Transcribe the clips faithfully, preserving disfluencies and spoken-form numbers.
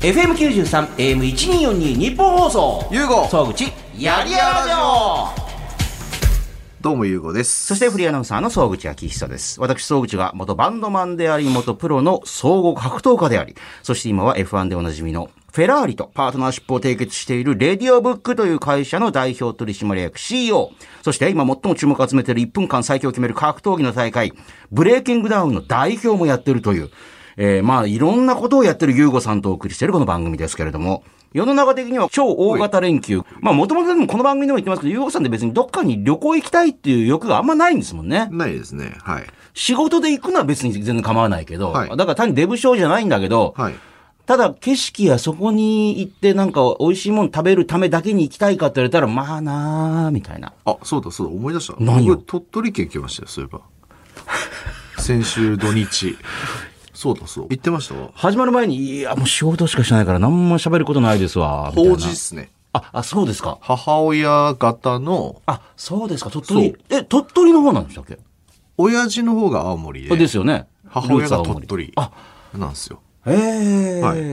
エフエムきゅうじゅうさん エーエムせんにひゃくよんじゅうに 日本放送ゆうご総口やりやらじょどうもゆうごです。 そしてフリーアナウンサーの総口昭久です。私総口が元バンドマンであり元プロの総合格闘家であり、そして今は エフワン でおなじみのフェラーリとパートナーシップを締結しているレディオブックという会社の代表取締役 シーイーオー、そして今最も注目を集めているいっぷんかん最強を決める格闘技の大会ブレイキングダウンの代表もやっているという、えー、まあいろんなことをやっているゆうごさんとお送りしているこの番組ですけれども、世の中的には超大型連休。まあもともとでもこの番組でも言ってますけど、ゆうごさんって別にどっかに旅行行きたいっていう欲があんまないんですもんね。 ないですね。はい。 仕事で行くのは別に全然構わないけど、 はい、 だから単にデブショーじゃないんだけど、はい、ただ景色やそこに行ってなんか美味しいもの食べるためだけに行きたいかって言われたら、まあなーみたいな。 あ、そうだそうだ、思い出した。 何よ。 僕鳥取県来ましたよ、そういえば。先週土日。そうだそう。言ってましたわ。 始まる前に、いや、もう仕事しかしないから何も喋ることないですわ。 法事っすね。 あ、あ、そうですか。 母親方の。 あ、そうですか。鳥取。え、鳥取の方なんでしたっけ？ 親父の方が青森で。 ですよね。 母親が鳥取。あ、なんですよ。 へえ、 はい。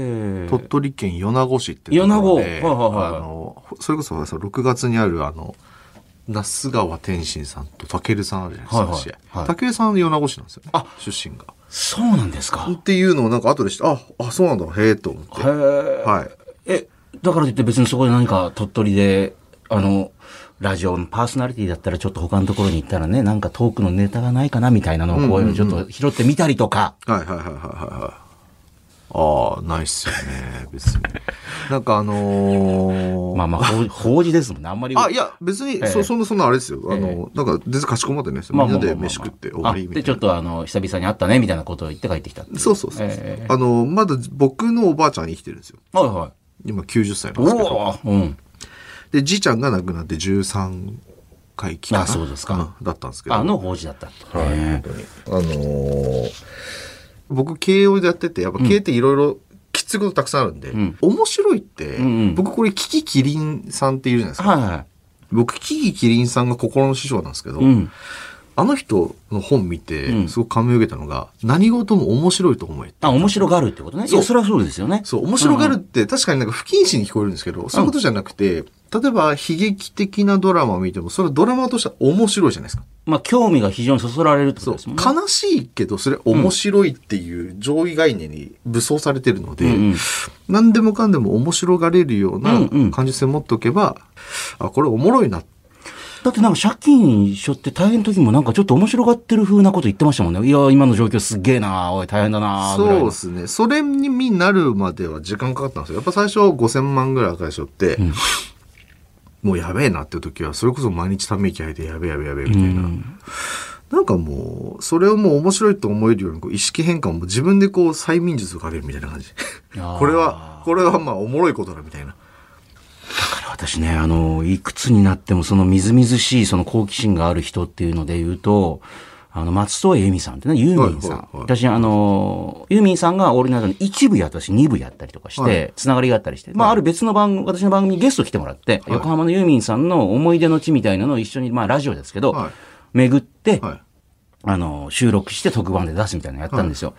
鳥取県米子市ってところで。米子。はいはいはい。あの、それこそろくがつにあるあの、那須川天心さんと武さんあるじゃないですか。はいはい、武さんは米子市なんですよね。あ、出身が。そうなんですか。 っていうのをなんか後でして、あ、あ、そうなんだ、へえと思って。へえ。はい。 え、だからといって別にそこで何か鳥取で、あの、ラジオのパーソナリティだったらちょっと他のところに行ったらね、なんかトークのネタがないかなみたいなのをこういうのちょっと拾ってみたりとか。 うんうんうん、はいはいはいはいはい。ああ、ないっすよね、別に。なんかあのー、 まあまあ、法事ですもんね、あんまり。 あ、いや、別に、ええ、そ、そんな、そんなあれですよ。あの、ええ、なんか、全然かしこまってないですよ。みんなで飯食って終わりみたいな。 で、ちょっとあの、久々に会ったね、みたいなことを言って帰ってきた。 そうそうそう。えー、あの、まだ僕のおばあちゃん生きてるんですよ。 はいはい。 今きゅうじゅっさいなんですけど。 うん。 で、じいちゃんが亡くなってじゅうさんかい来た。 あ、そうですか。 うん、だったんですけど。 あの法事だった。 はい、本当に。あのー、僕、慶応でやってて、やっぱ慶っていろいろ、きついことたくさんあるんで、うん、面白いって、うんうん、僕これキキキリンさんっているじゃないですか。はいはい、僕キキキリンさんが心の師匠なんですけど、うん、あの人の本見てすごく感銘を受けたのが、うん、何事も面白いと思えって。 あ、面白がるってことね。いや、それはそうですよね。 そう、面白がるって確かになんか不謹慎に聞こえるんですけど、うん、そういうことじゃなくて、例えば悲劇的なドラマを見ても、それはドラマとしては面白いじゃないですか。 まあ、興味が非常にそそられるってことですもんね。 悲しいけど、それ面白いっていう上位概念に武装されてるので、うんうん、何でもかんでも面白がれるような感受性を持っておけば、うんうん、あ、これおもろいな。 だってなんか借金しょって大変の時もなんかちょっと面白がってる風なこと言ってましたもんね。いや、今の状況すげえな、おい、大変だな。 そうですね。それになるまでは時間かかったんですよ。やっぱ最初ごせんまんぐらい赤いしょって、うん、もうやべえなっていう時は、それこそ毎日ため息吐いてやべえやべえやべえみたいな。うんなんかもう、それをもう面白いと思えるようなこう意識変換も自分でこう催眠術をかけるみたいな感じ。これは、これはまあおもろいことだみたいな。 だから私ね、あの、いくつになってもそのみずみずしいその好奇心がある人っていうので言うと、あの、松任谷由実さんってね、ユーミンさん。はいはいはい、私、あの、ユーミンさんがオールナイトの一部や私二部やったりとかして、つながりがあったりして、はい、まあ、ある別の番組、私の番組にゲスト来てもらって、はい、横浜のユーミンさんの思い出の地みたいなのを一緒に、まあ、ラジオですけど、はい巡って、はい、あの、収録して特番で出すみたいなのやったんですよ。はい、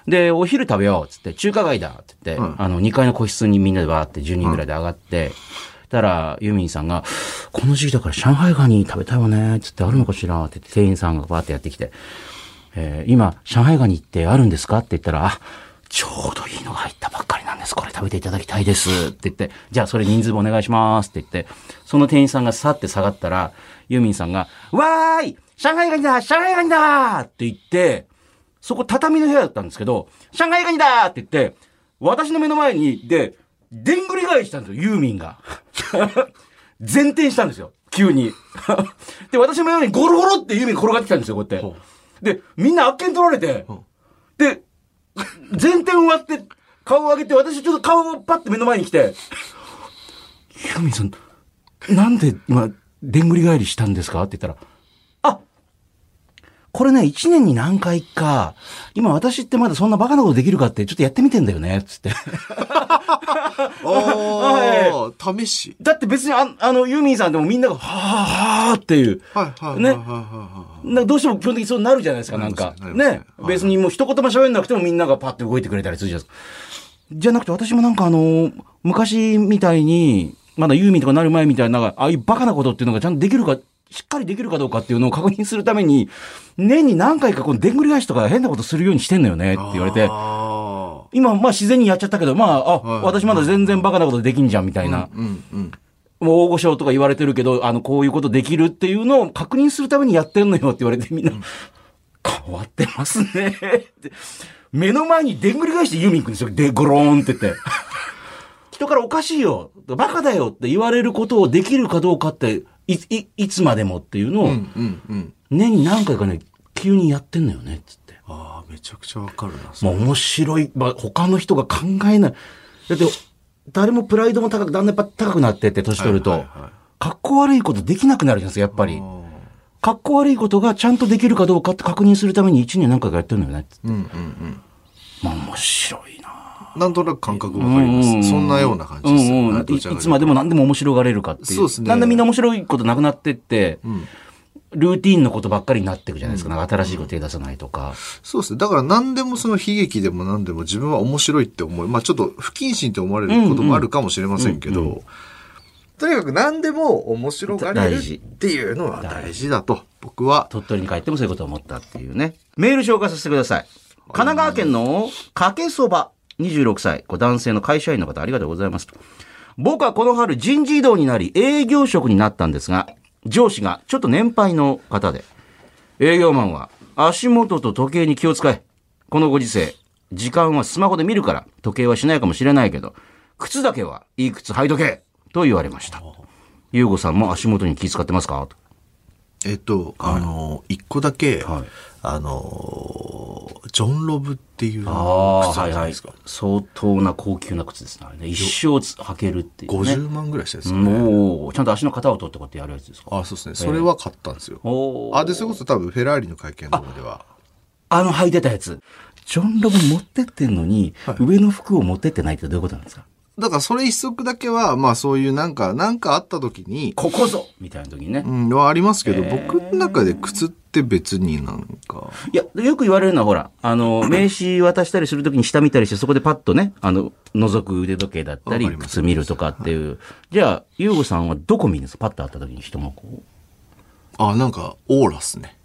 で、お昼食べようっつって、中華街だって言って、はい、あの、にかいの個室にみんなでバーってじゅうにんぐらいで上がって、はい、たら、ユーミンさんが、この時期だから上海ガニ食べたいわね、つってあるのかしらって言って、店員さんがバーってやってきて、えー、今、上海ガニってあるんですかって言ったら、あ、ちょうどいいのが入ったばっかりなんです。これ食べていただきたいです。って言って、じゃあそれ人数分お願いしますって言って、その店員さんがさって下がったら、ユーミンさんが、わーい上海ガニだ上海ガニだって言って、そこ畳の部屋だったんですけど、上海ガニだって言って、私の目の前に、で、でんぐり返したんですよ、ユーミンが。前転したんですよ、急に。で、私の目の前にゴロゴロってユーミン転がってきたんですよ、こうやって。で、みんなあっけん取られて、で、前転終わって、顔を上げて、私ちょっと顔をパッて目の前に来て、ユーミンさん、なんで今、でんぐり返りしたんですかって言ったら、あ、これね、一年に何回か、今私ってまだそんなバカなことできるかってちょっとやってみてんだよね、つって。 ああ、試し。 だって別にあ、あの、ユーミンさんでもみんなが、はぁはぁっていう。 はいはい。 ね。などうしても基本的にそうなるじゃないですか、なんか。ね。別にもう一言も喋んなくてもみんながパッて動いてくれたりするじゃないですか。 じゃなくて私もなんかあの、昔みたいに、まだユーミンとかなる前みたいな、ああいうバカなことっていうのがちゃんとできるか、しっかりできるかどうかっていうのを確認するために、年に何回かこのでんぐり返しとか変なことするようにしてんのよねって言われて、今まあ自然にやっちゃったけど、まあ、あ、はい、私まだ全然バカなことできんじゃんみたいな。うんうんうんもう大御所とか言われてるけど、あの、こういうことできるっていうのを確認するためにやってんのよって言われてみんな、うん、変わってますねって。目の前にでんぐり返してユーミンくんですよ。で、ゴローンって言って。人からおかしいよ、バカだよって言われることをできるかどうかって、い、い、いつまでもっていうのを、うんうんうん、年に何回かね、急にやってんのよね、つって。 ああ、めちゃくちゃわかるな。 もう面白い、まあ、他の人が考えない。だって、誰もプライドも高く、だんだんやっぱ高くなってって、年取ると、はいはいはい、かっこ悪いことできなくなるじゃないですか、やっぱり。かっこ悪いことがちゃんとできるかどうかって確認するために一年何回かやってるのよね。うんうんうん。まあ面白いな。 なんとなく感覚わかります、うんうん。そんなような感じですよね、うんうんい。 いつまでも何でも面白がれるかっていう。 そうですね。 だんだんみんな面白いことなくなってって、うんルーティーンのことばっかりになっていくじゃないですか。なんか新しいこと手出さないとか。 そうですね。だから何でもその悲劇でも何でも自分は面白いって思い、まあちょっと不謹慎って思われることもあるかもしれませんけど、うんうん、とにかく何でも面白がれるっていうのは大事だと、僕は。 鳥取に帰ってもそういうことを思ったっていうね。メール紹介させてください。神奈川県のかけそばにじゅうろくさい、これ男性の会社員の方ありがとうございますと。僕はこの春人事異動になり営業職になったんですが、上司がちょっと年配の方で、営業マンは足元と時計に気を使え。このご時世、時間はスマホで見るから時計はしないかもしれないけど、靴だけはいい靴履いとけと言われました。ゆうごさんも足元に気遣ってますか？ えっと、はい、あの、一個だけ、はい、あの、ジョンロブっていう靴あるじゃないですか。はいはい、 相当な高級な靴ですね。一生履けるっていう、ね。 ごじゅうまんぐらいしたんですかね。 もう、ちゃんと足の型を取ってこうやってやるやつですか？ あ、そうですね。それは買ったんですよ。えー、あ、で、それこそ多分フェラーリの会見の方では。 あ、あの履いてたやつ。ジョンロブ持ってってんのに、はい、上の服を持ってってないってどういうことなんですか？ だからそれ一足だけは、まあそういうなんか、なんかあった時に。 ここぞみたいな時にね。 うん、はありますけど、えー、僕の中で靴って別になんか。 いや、よく言われるのはほら、あの、名刺渡したりする時に下見たりして、そこでパッとね、あの、覗く腕時計だったり、靴見るとかっていう。はい、じゃあ、ゆうごさんはどこ見るんですか？パッと会った時に人もこう。 あ、なんか、オーラっすね。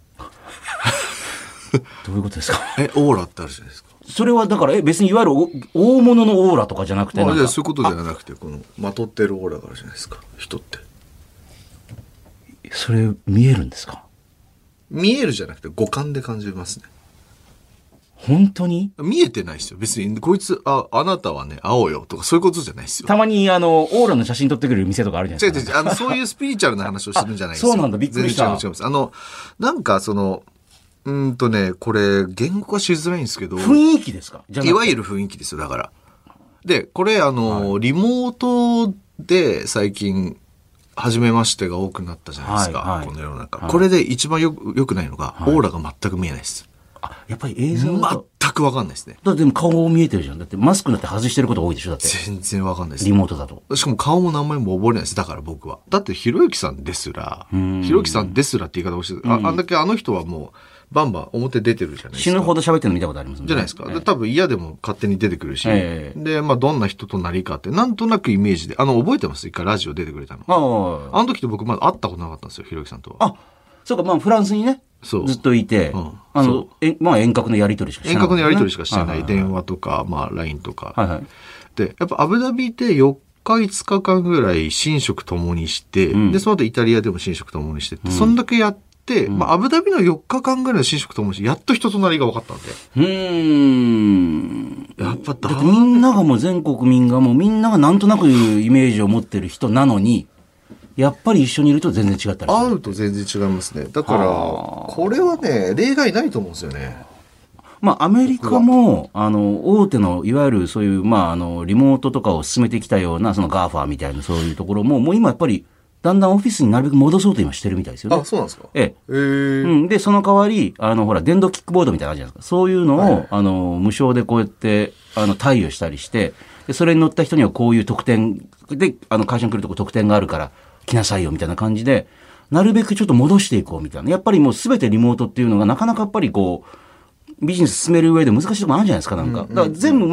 どういうことですか？ え、オーラってあるじゃないですか。 それはだからえ別にいわゆる大物のオーラとかじゃなくてなんか、 あ、そういうことじゃなくてこのまとってるオーラがあるじゃないですか人って。 それ見えるんですか？ 見えるじゃなくて五感で感じますね。 本当に？ 見えてないですよ別に。こいつああなたはね青よとかそういうことじゃないですよ。 たまにあのオーラの写真撮ってくれる店とかあるじゃないですか。 違う違う違うあのそういうスピリチュアルな話をしてるんじゃないですよ。 そうなんだびっくりした。 全然違います。あのなんかそのうんとね、これ、言語化しづらいんですけど。 雰囲気ですか？ いわゆる雰囲気ですよ、だから。で、これ、あの、はい、リモートで最近、初めましてが多くなったじゃないですか、はいはい、この世の中。はい、これで一番よく、良くないのが、はい、オーラが全く見えないです。 あ、やっぱり映像だと全くわかんないですね。 だってでも顔見えてるじゃん。だってマスクだって外してること多いでしょだって。 全然わかんないです、 リモートだと。 しかも顔も名前も覚えないです。だから僕は。だって、ひろゆきさんですら、ひろゆきさんですらって言い方をしてる。あ、あんだけあの人はもう、バンバン表出てるじゃないですか。 死ぬほど喋ってるの見たことありますもんね。 じゃないですか。ええ、多分嫌でも勝手に出てくるし。ええ、で、まあどんな人となりかって、なんとなくイメージで。あの、覚えてます？一回ラジオ出てくれたの。ああの時って僕まだ会ったことなかったんですよ、ひろゆきさんとは。 あ、そうか、まあフランスにね、ずっといて、うん、あの、え、まあ遠隔のやり取りしかしてない、ね。 遠隔のやり取りしかしてない。はいはいはい、電話とか、まあ ライン とか。はいはい、で、やっぱアブダビでよっかいつかかんぐらい寝食ともにして、うん、で、その後イタリアでも寝食ともにしてって、うん、そんだけやって、で、まあ、アブダビのよっかかんぐらいの寝食ともにして、やっと人となりが分かったんで。うーん。やっぱだってみんながもう全国民がもうみんながなんとなくイメージを持ってる人なのに、やっぱり一緒にいると全然違ったりする。 会うと全然違いますね。だから、これはね、例外ないと思うんですよね。 まあ、アメリカも、あの、大手の、いわゆるそういう、まあ、あの、リモートとかを進めてきたような、そのガーファーみたいなそういうところも、もう今やっぱり、だんだんオフィスになるべく戻そうと今してるみたいですよね。 あ、そうなんですか？ ええ。えー、うん。で、その代わり、あの、ほら、電動キックボードみたいなのあるじゃないですか。そういうのを、はい、あの、無償でこうやって、あの、貸与したりして、で、それに乗った人にはこういう特典で、あの、会社に来るとこ特典があるから、来なさいよ、みたいな感じで、なるべくちょっと戻していこう、みたいな。やっぱりもうすべてリモートっていうのが、なかなかやっぱりこう、ビジネス進める上で難しいところあるんじゃないですか、なんか。だから全部前、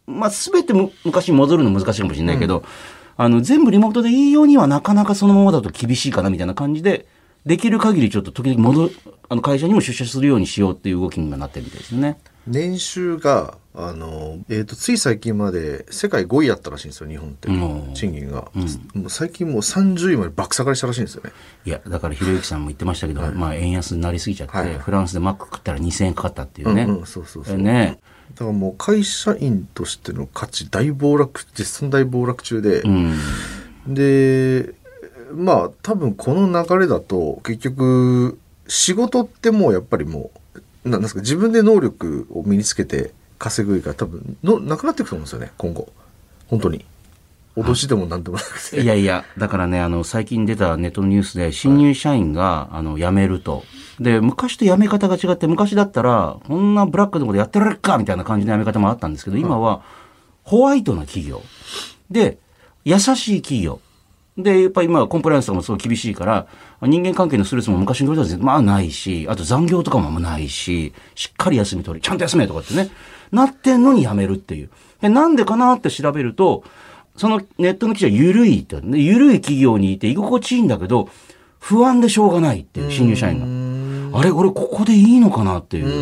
まあ、すべてむ昔に戻るの難しいかもしれないけど、うん、あの、全部リモートでいいようにはなかなかそのままだと厳しいかなみたいな感じで、できる限りちょっと時々戻る、あの、会社にも出社するようにしようっていう動きにもなってるみたいですね。 年収が、あの、えっと、つい最近まで世界ごいやったらしいんですよ、日本って。賃金が。うん、もう最近もうさんじゅういまで爆下がりしたらしいんですよね。 いや、だからひろゆきさんも言ってましたけど、はい、まあ円安になりすぎちゃって、はい、フランスでマック食ったらにせんえんかかったっていうね。 うんうん、そうそうそう。 ね。 だからもう会社員としての価値大暴落、実際大暴落中で、うん、で、まあ多分この流れだと結局仕事ってもうやっぱりもうなんですか、自分で能力を身につけて稼ぐ以外多分のなくなっていくと思うんですよね、今後。本当に脅しでもなんでもなくて、 いやいや、だからね、あの最近出たネットのニュースで新入社員が、はい、あの辞めると。で昔と辞め方が違って、昔だったらこんなブラックのことやってられるかみたいな感じの辞め方もあったんですけど、今はホワイトな企業で優しい企業で、やっぱり今コンプライアンスとかもすごい厳しいから、人間関係のストレスも昔の人はまあないし、あと残業とかもないし、しっかり休み取り、ちゃんと休めとかってね、なってんのに辞めるっていう。で、なんでかなって調べると、そのネットの記事は緩いって、ね、緩い企業にいて居心地いいんだけど、不安でしょうがないっていう新入社員が。あれ、俺ここでいいのかなっていう。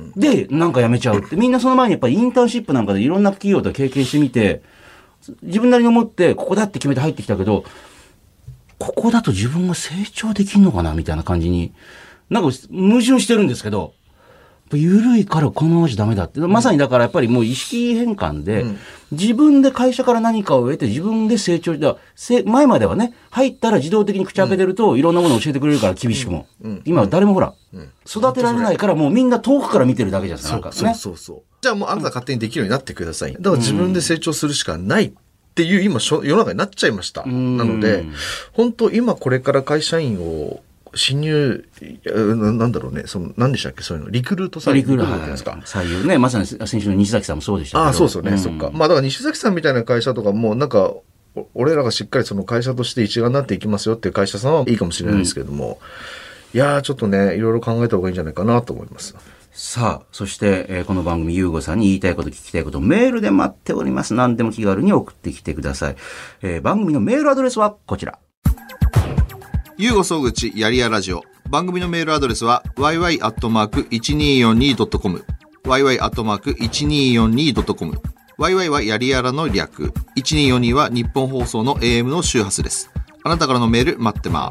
で、なんか辞めちゃうって。みんなその前にやっぱりインターンシップなんかでいろんな企業と経験してみて、自分なりに思ってここだって決めて入ってきたけど、ここだと自分が成長できんのかなみたいな感じになんか矛盾してるんですけど、緩いからこのままじゃダメだって、まさにだからやっぱりもう意識変換で、うん、自分で会社から何かを得て自分で成長だ、前まではね、入ったら自動的に口開けてると、うん、いろんなものを教えてくれるから厳しくも、うんうん、今は誰もほら、うん、育てられないからもうみんな遠くから見てるだけじゃないですか、ね、 そうそうそう。じゃあもうあなた勝手にできるようになってください。だから自分で成長するしかないっていう今世の中になっちゃいました。なので本当今これから会社員を新入なんだろうね、その何でしたっけ、そういうのリクルート採用、 リクルートですか、採用ね、まさに先週の西崎さんもそうでしたけど。 ああ、そうですよね、うん、そっか。まあだから西崎さんみたいな会社とかもなんか俺らがしっかりその会社として一丸になっていきますよっていう会社さんはいいかもしれないですけれども、うん、いやーちょっとねいろいろ考えた方がいいんじゃないかなと思います。 さあ、そして、えー、この番組、ゆうごさんに言いたいこと、聞きたいこと、メールで待っております。何でも気軽に送ってきてください。えー、番組のメールアドレスはこちら。 ゆうご総口やりやラジオ。番組のメールアドレスは ワイワイアットマークいちにーよんにードットコム ワイワイアットマークいちにーよんにードットコム ワイワイ はやりやらの略。いちにーよんにーは日本放送の エーエム の周波数です。あなたからのメール待ってます。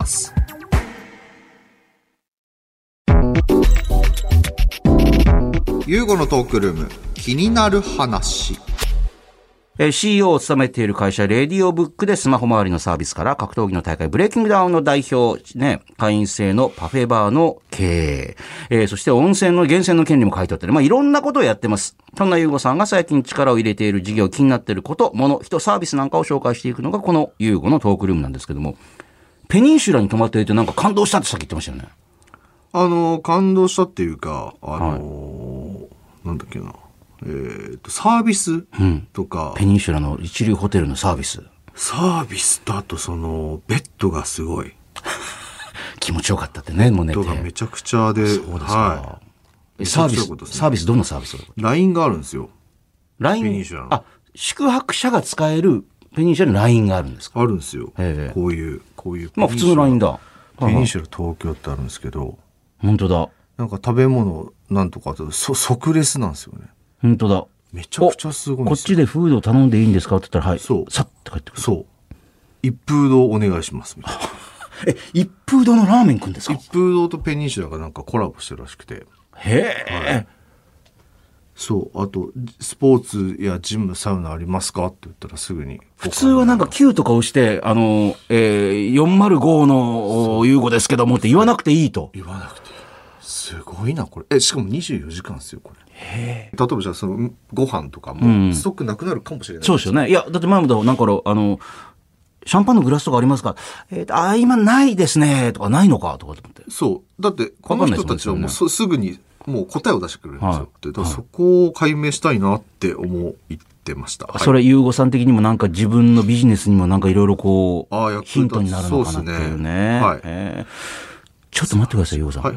ゆうごのトークルーム、気になる話。 えー、シーイーオー を務めている会社、レディオブックでスマホ周りのサービスから格闘技の大会、ブレイキングダウンの代表、ね、会員制のパフェバーの経営、えー、そして温泉の源泉の権利も買い取ってる。まあ、いろんなことをやってます。そんなゆうごさんが最近力を入れている事業、気になっていること、もの、人、サービスなんかを紹介していくのが、このゆうごのトークルームなんですけども、ペニンシュラに泊まっていてなんか感動したってさっき言ってましたよね。 あの、感動したっていうか、あのー、はい、なんだっけな。えー、とサービスとか、 うん、ペニンシュラの一流ホテルのサービスサービスとあとそのベッドがすごい気持ちよかったってね、もう寝てベッドがめちゃくちゃで、 そうですか、はい、サービス、ね、サービスどんなサービス？ ライン があるんですよ。 ライン ペニンシュラの、 あ、宿泊者が使えるペニンシュラの ライン があるんですか？ あるんですよ、えー、こういうこういうまあ普通の ライン だ。 ペニンシュラ東京ってあるんですけど、 本当だ、 なんか食べ物なんとかとそ即レスなんですよね。 本当だ、 めちゃくちゃすごいんですよ。 こっちでフード頼んでいいんですかって言ったら、はい。そう。さって帰ってくる。 そう。一風堂お願いしますみたいな。 え、一風堂のラーメン食うんですか？ 一風堂とペニンシュラがなんかコラボしてるらしくて。 へえ、はい。 そう。あと、スポーツやジム、サウナありますかって言ったらすぐに。 普通はなんかきゅうとか押して、あの、えー、よんまるごのゆうごですけどもって言わなくていいと。 言わなくていい。すごいな、これ。え、しかもにじゅうよじかんですよ、これ。へえ。例えばじゃあそのご飯とかもストックなくなるかもしれない、うん、 そうですよね。いやだって前もだなんかあのシャンパンのグラスとかありますか？えー、あ今ないですねとかないのかとかと思って。 そうだってこの人たちはもう す,、ね、すぐにもう答えを出してくれるんですよ。はい、だからそこを解明したいなって思ってました。はい、 それゆうごさん的にもなんか自分のビジネスにもなんかいろいろこうヒントになるのかなっていうね。 はい。 えー、ちょっと待ってくださいゆうごさん。 はいはい。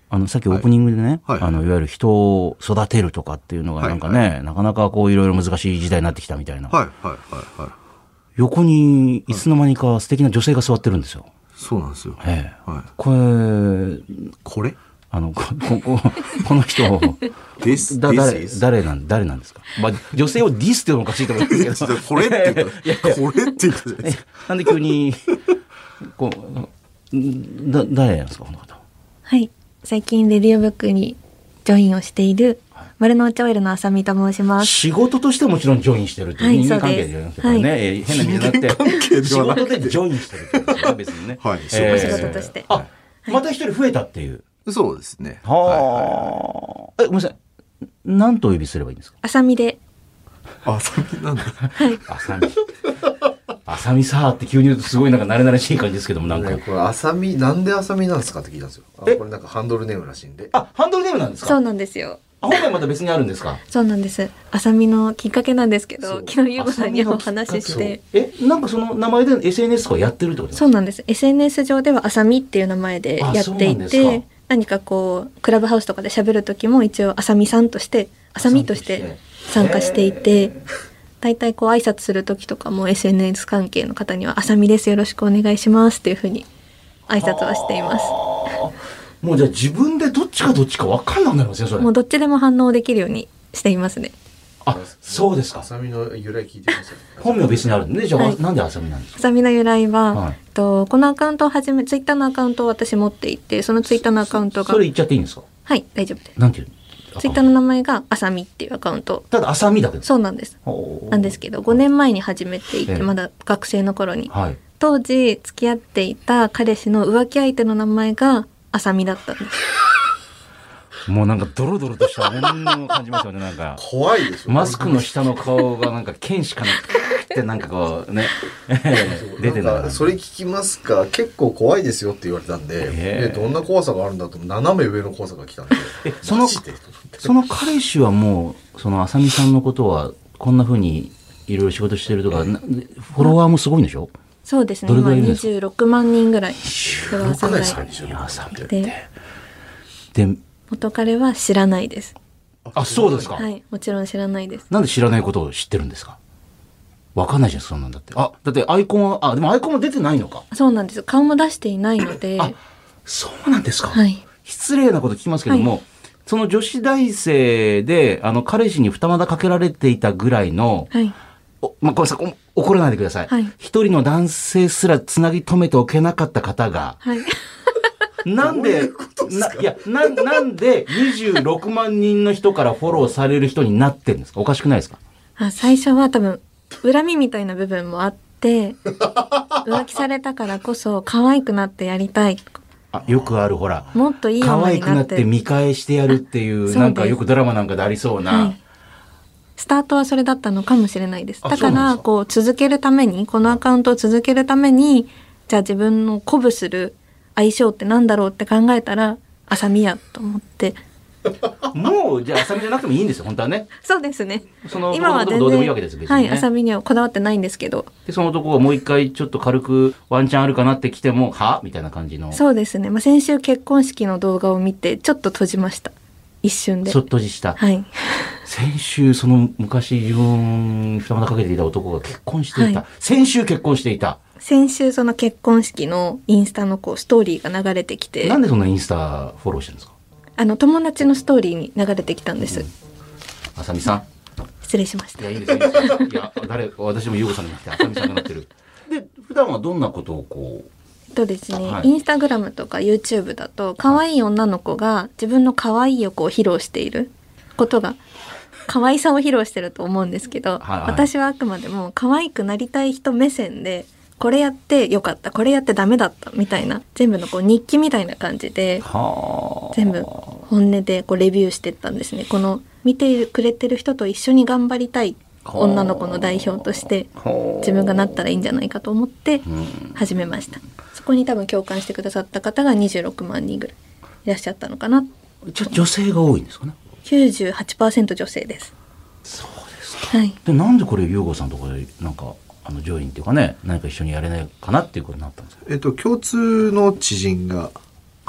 あの、さっきオープニングでね、 はいはいあの、いわゆる人を育てるとかっていうのがなんかね、 はいはなかなかこういろいろ難しい時代になってきたみたいな。 はいはいはいはい。 横にいつの間にか素敵な女性が座ってるんですよ。 そうなんですよ。 ええ。 はい。 これ、 これあの、こ、こ、ここの人、 ですだ、誰、 This is？ 誰なん、誰なんですか。まあ、女性をディスっていうのもおかしいと思うんですけど。 これって言ったら、これって言ったじゃないですか。 なんで急に、こう、だ、誰なんですか、この方。 はい。最近レディオブックにジョインをしている丸の内オイルのあさみと申します。 仕事としてもちろんジョインしてるっていう、 はい人間関係ではなくて、ね、 はいえー変な意味じゃなくて、 係仕ではなく事でジョインしてるってことですよね、別にね。 はいえーお仕事として。 あ、また一人増えたっていう。 そうですね。 はあ、え、ごめんなさい。何とお呼びすればいいんですか。 あさみで。 あ、さみなんだ。 あさみ。あさみさーって急に言うとすごいなんか慣れ慣れしい感じですけども、なんか。 ね、これ、あさみ、なんであさみなんですかって聞いたんですよ。あ、 えこれなんかハンドルネームらしいんで。 あ、ハンドルネームなんですか。 そうなんですよ。 あ、本来また別にあるんですか。 そうなんです。あさみのきっかけなんですけど、 そう昨日ゆうごさんにお話しして。 え、なんかその名前で エスエヌエス とかやってるってことですか。 そうなんです。エスエヌエス 上ではあさみっていう名前でやあそうってないんですかて、何かこう、クラブハウスとかで喋る時も一応あさみさんとして、あさみとして参加していて、大体こう挨拶する時とかも エスエヌエス 関係の方にはあさみです、よろしくお願いしますっていうふうに挨拶はしています。 もうじゃあ自分でどっちかどっちか分かんなくなりますね、それ。 もうどっちでも反応できるようにしていますね。 あ、そうですかあ。さみの由来聞いてましたね。 本名別にあるんで、じゃあ、 はいなんであさみなんですか。 あさみの由来は、 はいとこのアカウントを始め、ツイッターのアカウントを私持っていて、そのツイッターのアカウントが、 それ言っちゃっていいんですか。 はい、大丈夫です。 なんていうの。 ツイッターの名前があさみっていうアカウント。 ただあさみだけど。 そうなんです。 ほうなんですけど、ごねんまえに始めていて、 ええまだ学生の頃に。 はい。 当時付き合っていた彼氏の浮気相手の名前があさみだったんです。 もうなんかドロドロとした怨念を感じますよね、なんか。 怖いでしょ。 マスクの下の顔がなんか剣しかなくて、なんかこうね、出てるなんかそれ聞きますか、結構怖いですよって言われたんで、 えええどんな怖さがあるんだと斜め上の怖さが来たんで、 えそのマジでその彼氏はもう、そのあさみさんのことは、こんな風にいろいろ仕事してるとか、なフォロワーもすごいんでしょ。 そうですね。 どれぐら今いいるんですか。 にじゅうろくまん人ぐらい。フォロワーさんぐらい少ないですか、にじゅうろくまんあさみで、 で、 元彼は知らないです。 あ、そうですか。 はい、もちろん知らないです。 なんで知らないことを知ってるんですか。わかんないじゃん、そんなんだって。あ、だってアイコンは、あ、でもアイコンも出てないのか。 そうなんです。顔も出していないので、 あ、そうなんですか。 はい。 失礼なこと聞きますけども、 はいその女子大生で、あの、彼氏に二股かけられていたぐらいの、 はい。 おまあ、ごめんなさい、お怒らないでください。 はい一人の男性すらつなぎ止めておけなかった方が、 はい。 なんで、な、いや、な、なんでにじゅうろくまん人の人からフォローされる人になってるんですか。おかしくないですか。 あ、最初は多分、恨みみたいな部分もあって、浮気されたからこそ可愛くなってやりたい。 あ、よくある、ほら。 もっといい可女になっ。 愛くなってて見返してやるっていう、 そうですなんかよくドラマなんかでありそうな。 はい。スタートはそれだったのかもしれないです。 あだから、 そうなんですかこう、続けるために、このアカウントを続けるために、じゃあ自分の鼓舞する相性ってなんだろうって考えたら、あさみやと思って。 もう、じゃあ、あさみじゃなくてもいいんですよ、本当はね。 そうですね。 その、 今は全どうでもいい然、 わけです、別に、ね。 はい、あさみにはこだわってないんですけど。 で、その男がもう一回ちょっと軽くワンチャンあるかなって来ても、はみたいな感じの。 そうですね。まあ、先週結婚式の動画を見て、ちょっと閉じました。一瞬で。 そっとじした。 はい。 先週、その昔自分、二股かけていた男が結婚していた。 はい先週結婚していた。 先週その結婚式のインスタのこうストーリーが流れてきて、 なんでそんなインスタフォローしてるんですか。 あの友達のストーリーに流れてきたんです。 あさみさん。 失礼しましたいや、いいですよ、いいですよ。いや、誰、私も優子さんになって、あさみさんがなってる。で、普段はどんなことをこう。 えっとですね、 はいインスタグラムとか YouTube だと可愛い女の子が自分の可愛い欲を披露していることが可愛さを披露してると思うんですけど、 はいはい私はあくまでも可愛くなりたい人目線でこれやってよかったこれやってダメだったみたいな全部のこう日記みたいな感じではあ。 全部本音でこうレビューしてったんですね。この見てくれてる人と一緒に頑張りたい女の子の代表として自分がなったらいいんじゃないかと思って始めました。そこに多分共感してくださった方がにじゅうろくまん人ぐらいいらっしゃったのかな。 じゃ女性が多いんですかね。 きゅうじゅうはちパーセント 女性です。 そうですか。 はい。 で、なんでこれ優子さんとかでなんかあのジョインっていうかね、何か一緒にやれないかなっていうことになったんですか。 えっと、共通の知人が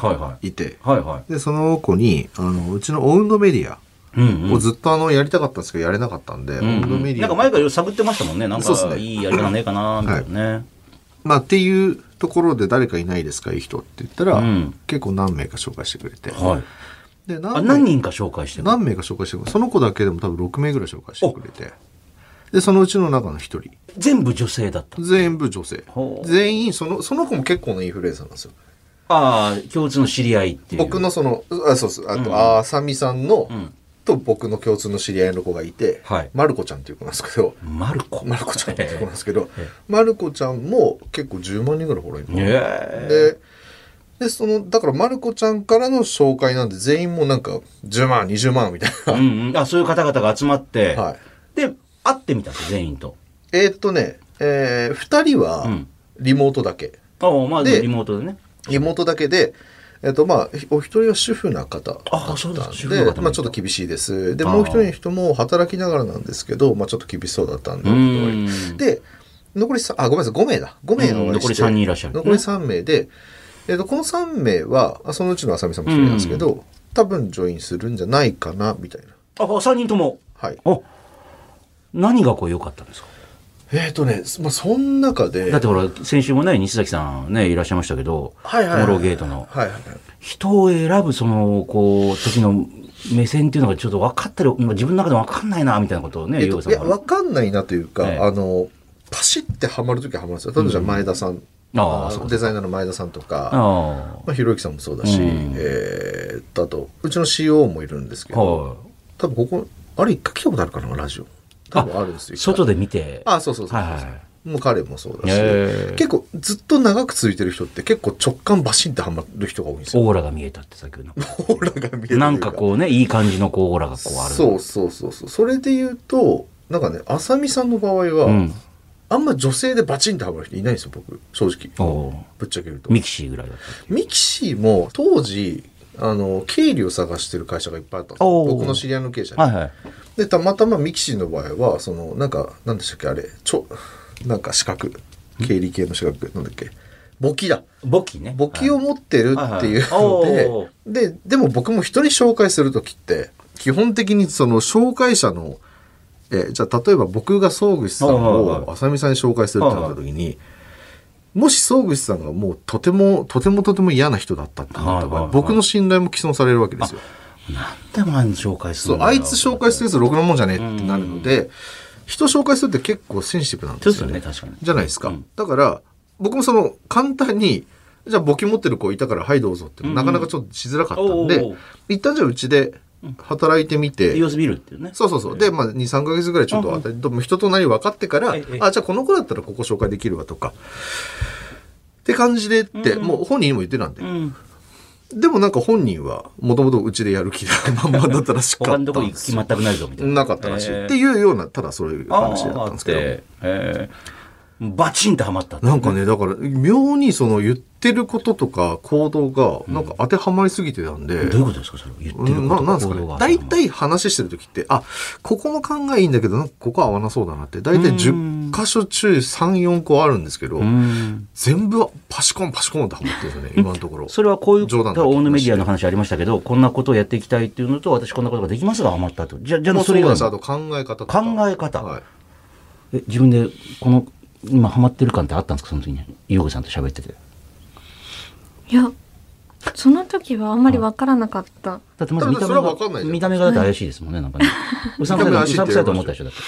はいはいて、 はいはい。 で、その子に、あの、うちのオウンドメディアをずっとあの、やりたかったんですけど、やれなかったんで、 うんうん、 オウンドメディア。 なんか前から探ってましたもんね。なんか、いいやり方ねえかな、みたいなね。はい、 まあ、っていうところで誰かいないですか、いい人って言ったら、うん、結構何名か紹介してくれて。はい。 で、何, 何人か紹介してくれて。 何名か紹介してくれて、その子だけでも多分ろくめいぐらい紹介してくれて。で、そのうちの中の一人。 全部女性だった。 全部女性。全員、その、その子も結構なインフルエンサーなんですよ。 ああ、共通の知り合いっていう。 僕のその、あ、そうそう、あと、うん、ああさみさんの、うん、と僕の共通の知り合いの子がいて、はい、まる子ちゃんっていう子なんですけど、 まる子まる子ちゃんっていう子なんですけど、まる子ちゃんも結構じゅうまんにんぐらいフォロワーいるの。で、で、その、だからまる子ちゃんからの紹介なんで全員もなんかじゅうまん、にじゅうまんみたいな。 うんうん、あ、そういう方々が集まって、はい、で、会ってみたんですよ、全員と。 えー、っとね、えー、ふたりはリモートだけ。 うん、ああ、まあリモートでね。 リモートだけで、えっと、まあ、お一人は主婦な方だったんで、でまあ、ちょっと厳しいです。で、もう一人の人も働きながらなんですけど、まあ、ちょっと厳しそうだったんで、で、残りさん、あ、ごめんなさい、ごめいだ。ごめいがお会いして、 残りさんにんいらっしゃる、ね。 残りさんめいで、えっと、このさんめいは、そのうちのあさみさんも一人なんですけど、多分ジョインするんじゃないかな、みたいな。 あ、さんにんとも。 はい。 あ、何がこう良かったんですか？ えっとね、まあ、その中で。 だってほら、先週もね、西崎さんね、いらっしゃいましたけど、 はいはいはい、 トモローゲートの。 はいはいはい、 人を選ぶその、こう、時の目線っていうのがちょっと分かったり、自分の中で分かんないな、みたいなことをね、 えっと、いや、分かんないなというか、ええ、あの、パシってハマるときはハマるんですよ。例えばじゃあ前田さん、うん、ああデザイナーの前田さんとか、あまあ、ひろゆきさんもそうだし、うん、えー、っと、あと、うちの シーオー もいるんですけど、はい、多分ここ、あれ一回来たことあるかな、ラジオ。多分あるんですよ。 外で見て。 あ、そうそうそうそう。はいはい、もう彼もそうだし、結構ずっと長く続いてる人って結構直感バシンってはまる人が多いんですよ。 オーラが見えたって先ほど。 オーラが見えた。 なんかこうね、いい感じのこうオーラがこうある。 そうそうそうそう。それで言うと、なんかね、あさみさんの場合は、うん、あんま女性でバチンってはまる人いないんですよ、僕、正直。ぶっちゃけると。 ミキシーぐらいだった。 ミキシーも当時、あの、経理を探してる会社がいっぱいあったんですよ。僕の知り合いの経営者に。はいはい。で、たまたまミキシーの場合は、その、なんか、なんでしたっけ、あれ、ちょ、なんか資格、経理系の資格、なんだっけ、簿記だ。 簿記ね。 簿記を持ってるっていうので、はいはい、で、でも僕も人に紹介するときって、基本的にその紹介者の、え、じゃあ例えば僕が総口さんをあさみさんに紹介するってなったときに、もし総口さんがもうとても、とてもとても嫌な人だったってなった場合、僕の信頼も毀損されるわけですよ。 なんでもあん紹介するんだよ。そう、あいつ紹介するやつろくなもんじゃねえってなるので、人紹介するって結構センシティブなんですよね。 そうですよね、確かに。 じゃないですか。うん、だから、僕もその、簡単に、じゃあ簿記持ってる子いたから、はいどうぞって、なかなかちょっとしづらかったんで、うんうん、一旦じゃあうちで働いてみて。 様子見るっていうね。 そうそうそう。で、まあ、に、さんかげつぐらいちょっと、うんうん、人となり分かってから、あ、じゃあこの子だったらここ紹介できるわとか、って感じでって、うん、もう本人にも言ってたんで。うんでもなんか本人はもともとうちでやる気でまんまだったらしかったんですよ。 他のとこ行く気全くないぞみたいな。 なかったらしい。えー、っていうような、ただそういう話だったんですけど。 えー、バチンってはまったって、 ね。なんかね、だから妙にその言ってることとか行動がなんか当てはまりすぎてたんで。 うん、どういうことですかそれ言ってることとか行動が。なんですかね。 大体話してる時って、あ、ここの考えいいんだけど、なんかここは合わなそうだなって、大体じゅっ箇所中さん、よんこあるんですけど、全部パシコンパシコンってはまってるんですよね、今のところ。 それはこういう、冗談だ。オウンドメディアの話ありましたけど、こんなことをやっていきたいっていうのと、私こんなことができますが余ったと。じゃ、じゃあそれ以外の。 あと考え方とか。 考え方。はい、え、自分でこの、今ハマってる感ってあったんですかその時に。ゆうこさんと喋ってて。 いや、その時はあんまり分からなかった。 だってまず見た目が、見た目がだって怪しいですもんね、なんかね。うさんくさいと思ったでしょ、だって。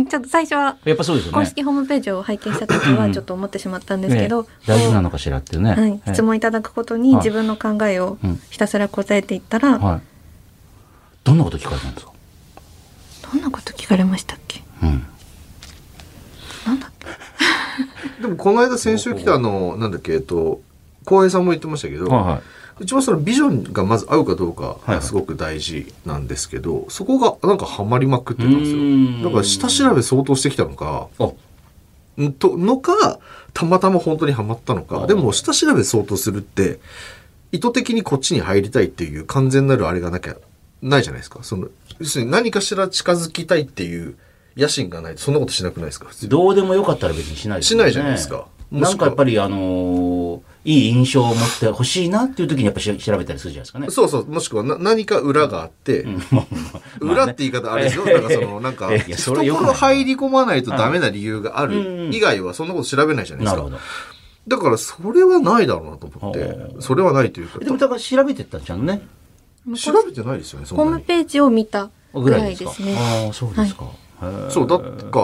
ちょっと最初は、 やっぱそうですよね。 公式ホームページを拝見した時はちょっと思ってしまったんですけど、ね、 大丈夫なのかしらっていうね。 はい、質問いただくことに自分の考えをひたすら答えていったら、はい、 どんなこと聞かれたんですか？ どんなこと聞かれましたっけ？うん。なんだっけ？ でもこの間先週来たあの、なんだっけ、えっと、浩平さんも言ってましたけど、はいはい、うちもそのビジョンがまず合うかどうかがすごく大事なんですけど、はいはい、そこがなんかハマりまくってたんですよ。だから下調べ相当してきたのか、とのか、たまたま本当にハマったのか、でも下調べ相当するって、意図的にこっちに入りたいっていう完全なるあれがなきゃ、ないじゃないですか。その、要するに何かしら近づきたいっていう野心がないとそんなことしなくないですか？普通どうでもよかったら別にしないですよね。しないじゃないですか。 なんかやっぱりあのー、 いい印象を持ってほしいなっていう時にやっぱし調べたりするじゃないですかね。 そうそう、もしくはな何か裏があって、うんまあまあ、裏って言い方あれですよ。なんかその、なんか、懐入り込まないとダメな理由がある以外はそんなこと調べないじゃないですか。なるほど。だからそれはないだろうなと思って、それはないというか。 でもだから調べてったんじゃんね。 調べてないですよね、そんなに。ホームページを見たぐらいですね。 ああ、そうですか。 はい、そう、だから、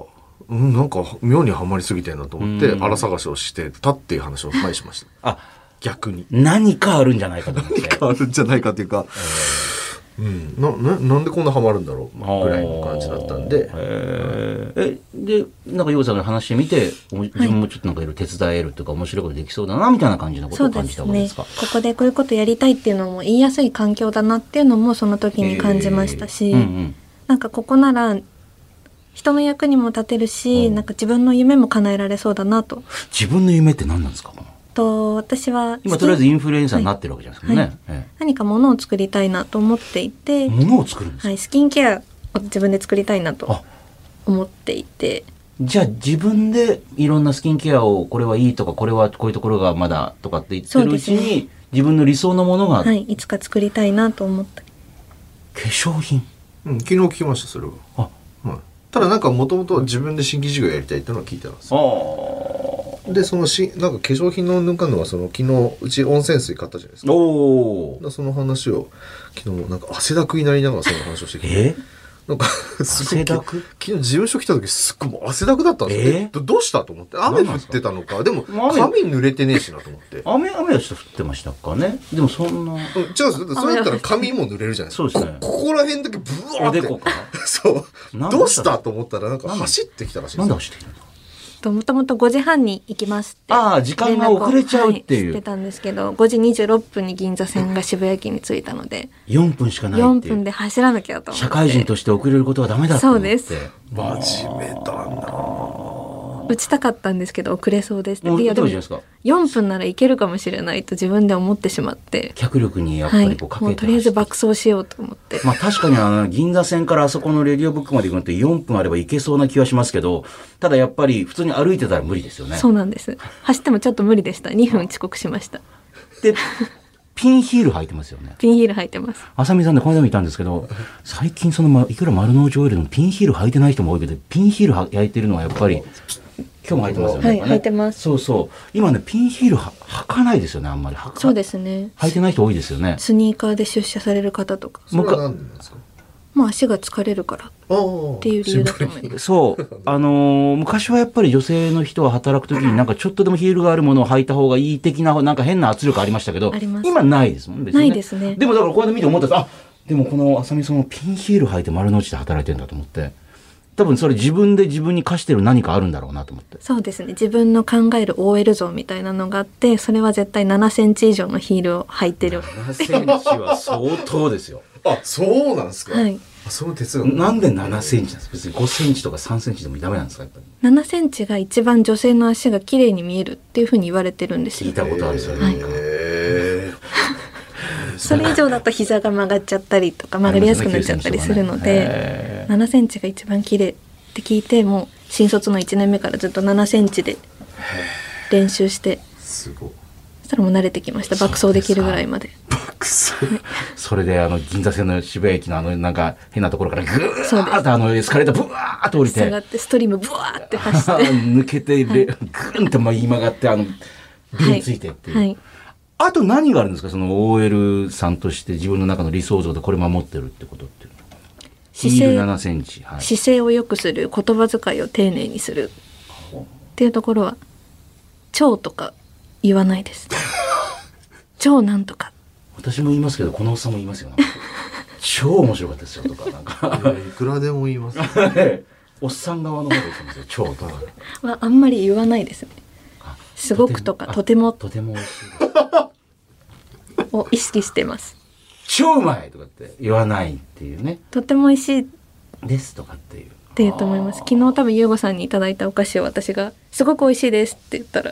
うん、なんか妙にはまりすぎてんなと思って、荒探しをしてたっていう話を前しました。あ、逆に。 何かあるんじゃないかと思って。 何かあるんじゃないかっていうか、うん、な、な、なんでこんなハマるんだろうぐらいの感じだったんで。 え、で、なんか、ヨウさんの話してみて、自分もちょっとなんかいろいろ手伝えるというか、面白いことできそうだな、みたいな感じのことを感じたわけですか。 そうですね。ここでこういうことやりたいっていうのも言いやすい環境だなっていうのもその時に感じましたし、うんうん、なんかここなら、人の役にも立てるし、うん、なんか自分の夢も叶えられそうだなと。 自分の夢って何なんですか？ と私は今とりあえずインフルエンサーになってるわけじゃないですかね。はいはいええ、何か物を作りたいなと思っていて、 物を作るんですか？ はい、スキンケアを自分で作りたいなと思っていて。 じゃあ自分でいろんなスキンケアをこれはいいとかこれはこういうところがまだとかって言ってるうちに、ね、自分の理想のものが、 はい、いつか作りたいなと思った。 化粧品、 うん、昨日聞きましたそれは。あ、はい。ただなんかもともと自分で新規事業やりたいっていうのは聞いてます。あでそのしなんか化粧品のぬかんのはその昨日うち温泉水買ったじゃないですか。おお。その話を昨日なんか汗だくになりながらその話をしてきて。えなんかすごい昨日事務所来た時すっごいもう汗だくだったんですよ、えー、ど, どうしたと思って雨降ってたのかでも髪濡れてねえしなと思って雨雨はちょっと降ってましたかねでもそんな、うん、違うんですそうやったら髪も濡れるじゃないですかそうですねこ, ここら辺だけブワーっておでこかそうどうしたと思ったらなんか走ってきたらしいですよ。 なんで走ってきたの？ もともとごじはんに行きますってああ時間が遅れちゃうっていう、 はい、してたんですけどごじにじゅうろっぷんに銀座線が渋谷駅に着いたのでよんぷんしかないっていうよんぷんで走らなきゃと思って社会人として遅れることはダメだと思ってそうです真面目だな打ちたかったんですけど遅れそうですっていやでもよんぷんならいけるかもしれないと自分で思ってしまって脚力にやっぱりこうかけて、はい、もうとりあえず爆走しようと思ってまあ確かにあの銀座線からあそこのレディオブックまで行くのってよんぷんあれば行けそうな気はしますけどただやっぱり普通に歩いてたら無理ですよね。 そうなんです走ってもちょっと無理でしたにふん遅刻しましたでピンヒール履いてますよね。 ピンヒール履いてます。 あさみさんでこの間もいたんですけど最近その、ま、いくら丸の内オイルでもピンヒール履いてない人も多いけどピンヒール履いてるのはやっぱり今日も履いてますよね。 はい、履いてます。 そうそう。今ね、ピンヒールは履かないですよね、あんまり。 そうですね。 履いてない人多いですよね。 スニーカーで出社される方とか。 それは何でなんですか？ もう足が疲れるからっていう理由だと思います。 そう。あのー、昔はやっぱり女性の人は働くときになんかちょっとでもヒールがあるものを履いた方がいい的な、なんか変な圧力ありましたけど、今ないですもん、別に、ね。 ないですね。 でもだからこうやって見て思ったら、あ、でもこのあさみさんもピンヒール履いて丸の内で働いてるんだと思って。多分それ自分で自分に課してる何かあるんだろうなと思って。 そうですね。自分の考える オーエル 像みたいなのがあって、それは絶対ななセンチ以上のヒールを履いてる。 ななセンチは相当ですよ。 あ、そうなんですか。 はい。 あ、その哲学。 なんでななセンチなんですか。別にごセンチとかさんセンチでもダメなんですか。やっぱり。 ななセンチが一番女性の足が綺麗に見えるっていうふうに言われてるんですよ。 聞いたことあるんですよね。 はい。へそれ以上だと膝が曲がっちゃったりとか曲がりやすくなっちゃったりするので、ななセンチが一番綺麗って聞いて、もう新卒のいちねんめからずっとななセンチで練習して、 すごい。 そしたらもう慣れてきました。爆走できるぐらいまで。 爆走。 それであの銀座線の渋谷駅のあのなんか変なところからぐーっとあのエスカレーターブワーっと降りて、 下がってストリームブワーって走って抜けて、はい、ぐーんと言い曲がってあのビについてっていう。はいはい、あと何があるんですか、その オーエル さんとして自分の中の理想像でこれ守ってるってことっていうのは。 姿勢、 ななセンチ、はい、 姿勢を良くする、言葉遣いを丁寧にするっていうところは超とか言わないです超なんとか。 私も言いますけどこのおっさんも言いますよ、ね、超面白かったですよとかなんかいくらでも言います、 ね、おっさん側の方で言ってますよ超とかはあんまり言わないですね。すごくとかとてもとても美味しいを意識してます。 超うまいとかって言わないっていうね。 とても美味しいですとかっていうっていうと思います。昨日多分優吾さんにいただいたお菓子を私がすごく美味しいですって言ったら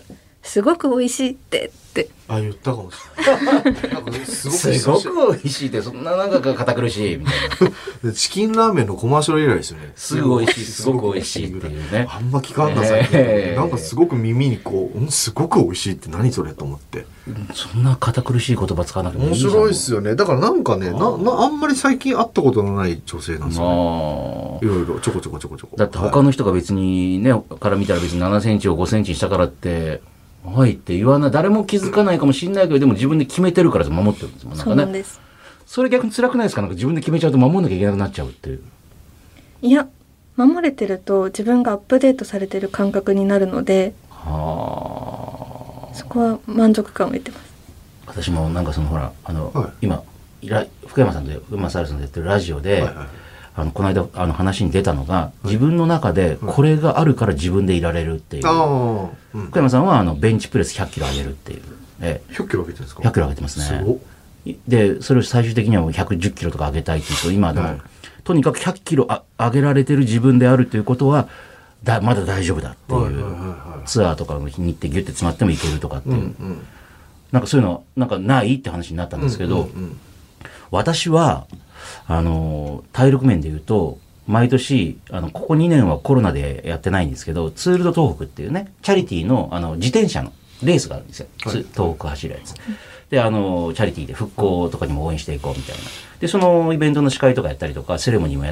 すごく美味しいってってあ、言ったかもしれない。なんかすごくすごく美味しいって、そんななんか堅苦しいみたいな。 チキンラーメンのコマーシャル以来ですよね。 すぐ美味しい、すごく美味しいっていうね。 あんま聞かんなさい、 えー、 なんかすごく耳にこう、うん、すごく美味しいって何それと思って。 そんな堅苦しい言葉使わなくてもいいじゃん。 面白いですよね。だからなんかね、な、な、あんまり最近会ったことのない女性なんですよね。いろいろちょこちょこちょこちょこ。 だって他の人が別にね、はい、から見たら別にななセンチをごセンチにしたからって、はいって言わない、誰も気づかないかもしれないけど、でも自分で決めてるから守ってるんですもん。なんかね。 そうなんです。 それ逆に辛くないですか？なんか自分で決めちゃうと守んなきゃいけなくなっちゃうっていう。 いや、守れてると自分がアップデートされてる感覚になるので、はあ、そこは満足感を得てます。 私もなんかそのほら、あの、はい、今、福山さんと福山さんとやってるラジオで、はいはい、あのこの間あの話に出たのが、はい、自分の中でこれがあるから自分でいられるっていう、はい、福山さんはあのベンチプレスひゃっキロ上げるっていう、えひゃっキロ上げてるんですか？ ひゃっキロ上げてますね。すごでそれを最終的にはもうひゃくじゅっキロとか上げたいっていう人、今でも、はい、とにかくひゃっキロあ上げられてる自分であるということはだまだ大丈夫だっていう、はいはいはいはい、ツアーとかの日に行ってギュッて詰まってもいけるとかっていう、うんうん、なんかそういうのなんかないって話になったんですけど、うんうんうん、私はあの体力面で言うと毎年あのここにねんはコロナでやってないんですけど、ツールド東北っていうねチャリティーのあの自転車のレースがあるんですよ、はい、東北走るやつで、あのチャリティーで復興とかにも応援していこうみたいなで、そのイベントの司会とかやったりとかセレモニーもやって、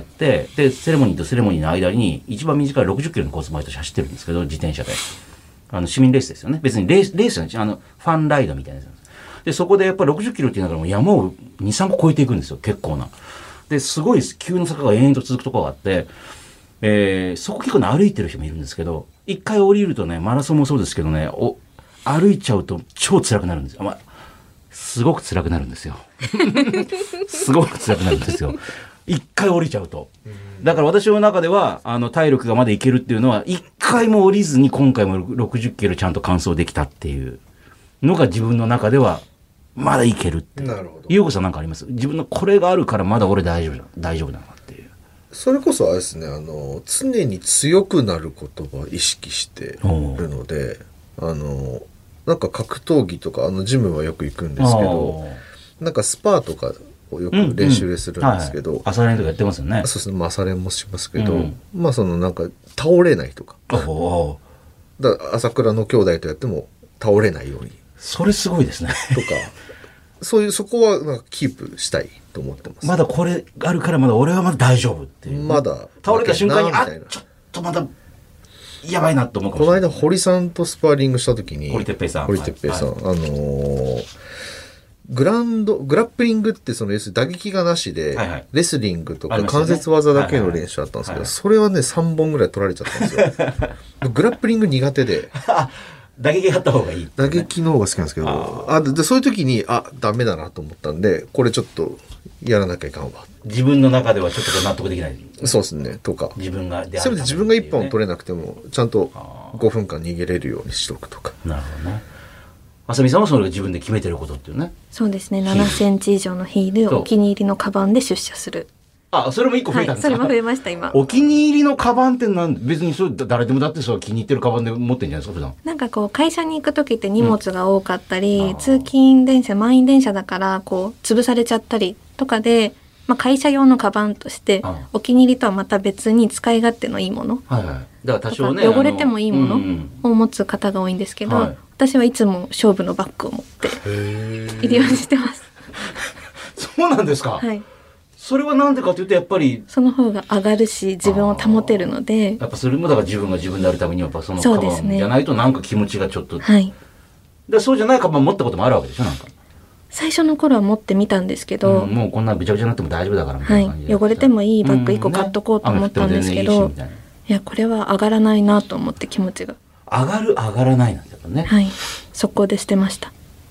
でセレモニーとセレモニーの間に一番短いろくじゅっキロのコース毎年走ってるんですけど、自転車であの市民レースですよね。別にレースレースじゃない、あのファンライドみたいなやつなんです。でそこでやっぱりろくじゅっキロっていうのがもう山をに、さんこ越えていくんですよ、結構な。ですごい急な坂が延々と続くところがあって、えー、そこ結構ね歩いてる人もいるんですけど、一回降りるとね、マラソンもそうですけどね、お歩いちゃうと超辛くなるんですよ。まあ、すごく辛くなるんですよ。すごく辛くなるんですよ。一回降りちゃうと。だから私の中ではあの体力がまだいけるっていうのは、一回も降りずに今回もろくじゅっキロちゃんと完走できたっていうのが自分の中ではまだいけるっていう。なるほど。ゆうこさんなんかあります？自分のこれがあるからまだ俺大丈夫だ大丈夫だなっていう。 それこそあれですね、あの常に強くなる言葉を意識してるので、あのなんか格闘技とかあのジムはよく行くんですけど、なんかスパーとかをよく練習でするんですけど、うんうん、はい、 朝練とかやってますよね。 そうですね、まあ、朝練もしますけど、うん、まあそのなんか倒れないとか、だから朝倉の兄弟とやっても倒れないように、 それすごいですねとかそういうそこはなんかキープしたいと思ってます。 まだこれあるからまだ俺はまだ大丈夫っていう、 まだ倒れた瞬間にあちょっとまだやばいなと思うかもしれない。 この間堀さんとスパーリングした時に、 堀哲平さん堀哲平さん、はい、あのー、グランドグラップリングってその要するに打撃がなしで、はいはい、レスリングとか関節技だけの練習あったんですけど、はいはいはい、それはねさんぼんぐらい取られちゃったんですよ。グラップリング苦手で打撃やった方がいい、ね、 打撃の方が好きなんですけど、あでそういう時にあダメだなと思ったんで、これちょっとやらなきゃいかんわ。 自分の中ではちょっと納得できない、ね、 そうですねとか、 自分がでせめて自分がいっぽん取れなくてもちゃんとごふんかん逃げれるようにしとくとか。 なるほどね。あさみさんはそれを自分で決めてることっていうね。 そうですね、ななセンチ以上のヒール、お気に入りのカバンで出社する。 あ、それも一個増えたんですか？ はい、それも増えました今。 お気に入りのカバンってなん別にそれ誰でもだってそう気に入ってるカバンで持ってんじゃないですか普段。 なんかこう会社に行く時って荷物が多かったり、うん、通勤電車満員電車だからこう潰されちゃったりとかで、まあ、会社用のカバンとしてお気に入りとはまた別に使い勝手のいいもの、 はいはい、だから多少ね汚れてもいいものを持つ方が多いんですけど、うんうん、私はいつも勝負のバッグを持っているようにしてます。 そうなんですか。 はい。 それはなんでかというとやっぱりその方が上がるし自分を保てるので、 やっぱそれもだから自分が自分であるためにはやっぱそのカバンじゃないとなんか気持ちがちょっと、 はい、 でそうじゃないカバン持ったこともあるわけでしょ。なんか最初の頃は持ってみたんですけど、 うん、もうこんなぐちゃぐちゃになっても大丈夫だからみたいな感じで、 はい、汚れてもいいバッグいっこ買っとこうと思ったんですけど、うんね、い, いやこれは上がらないなと思って気持ちが上がる上がらないなんだよね。 はい、速攻で捨てました。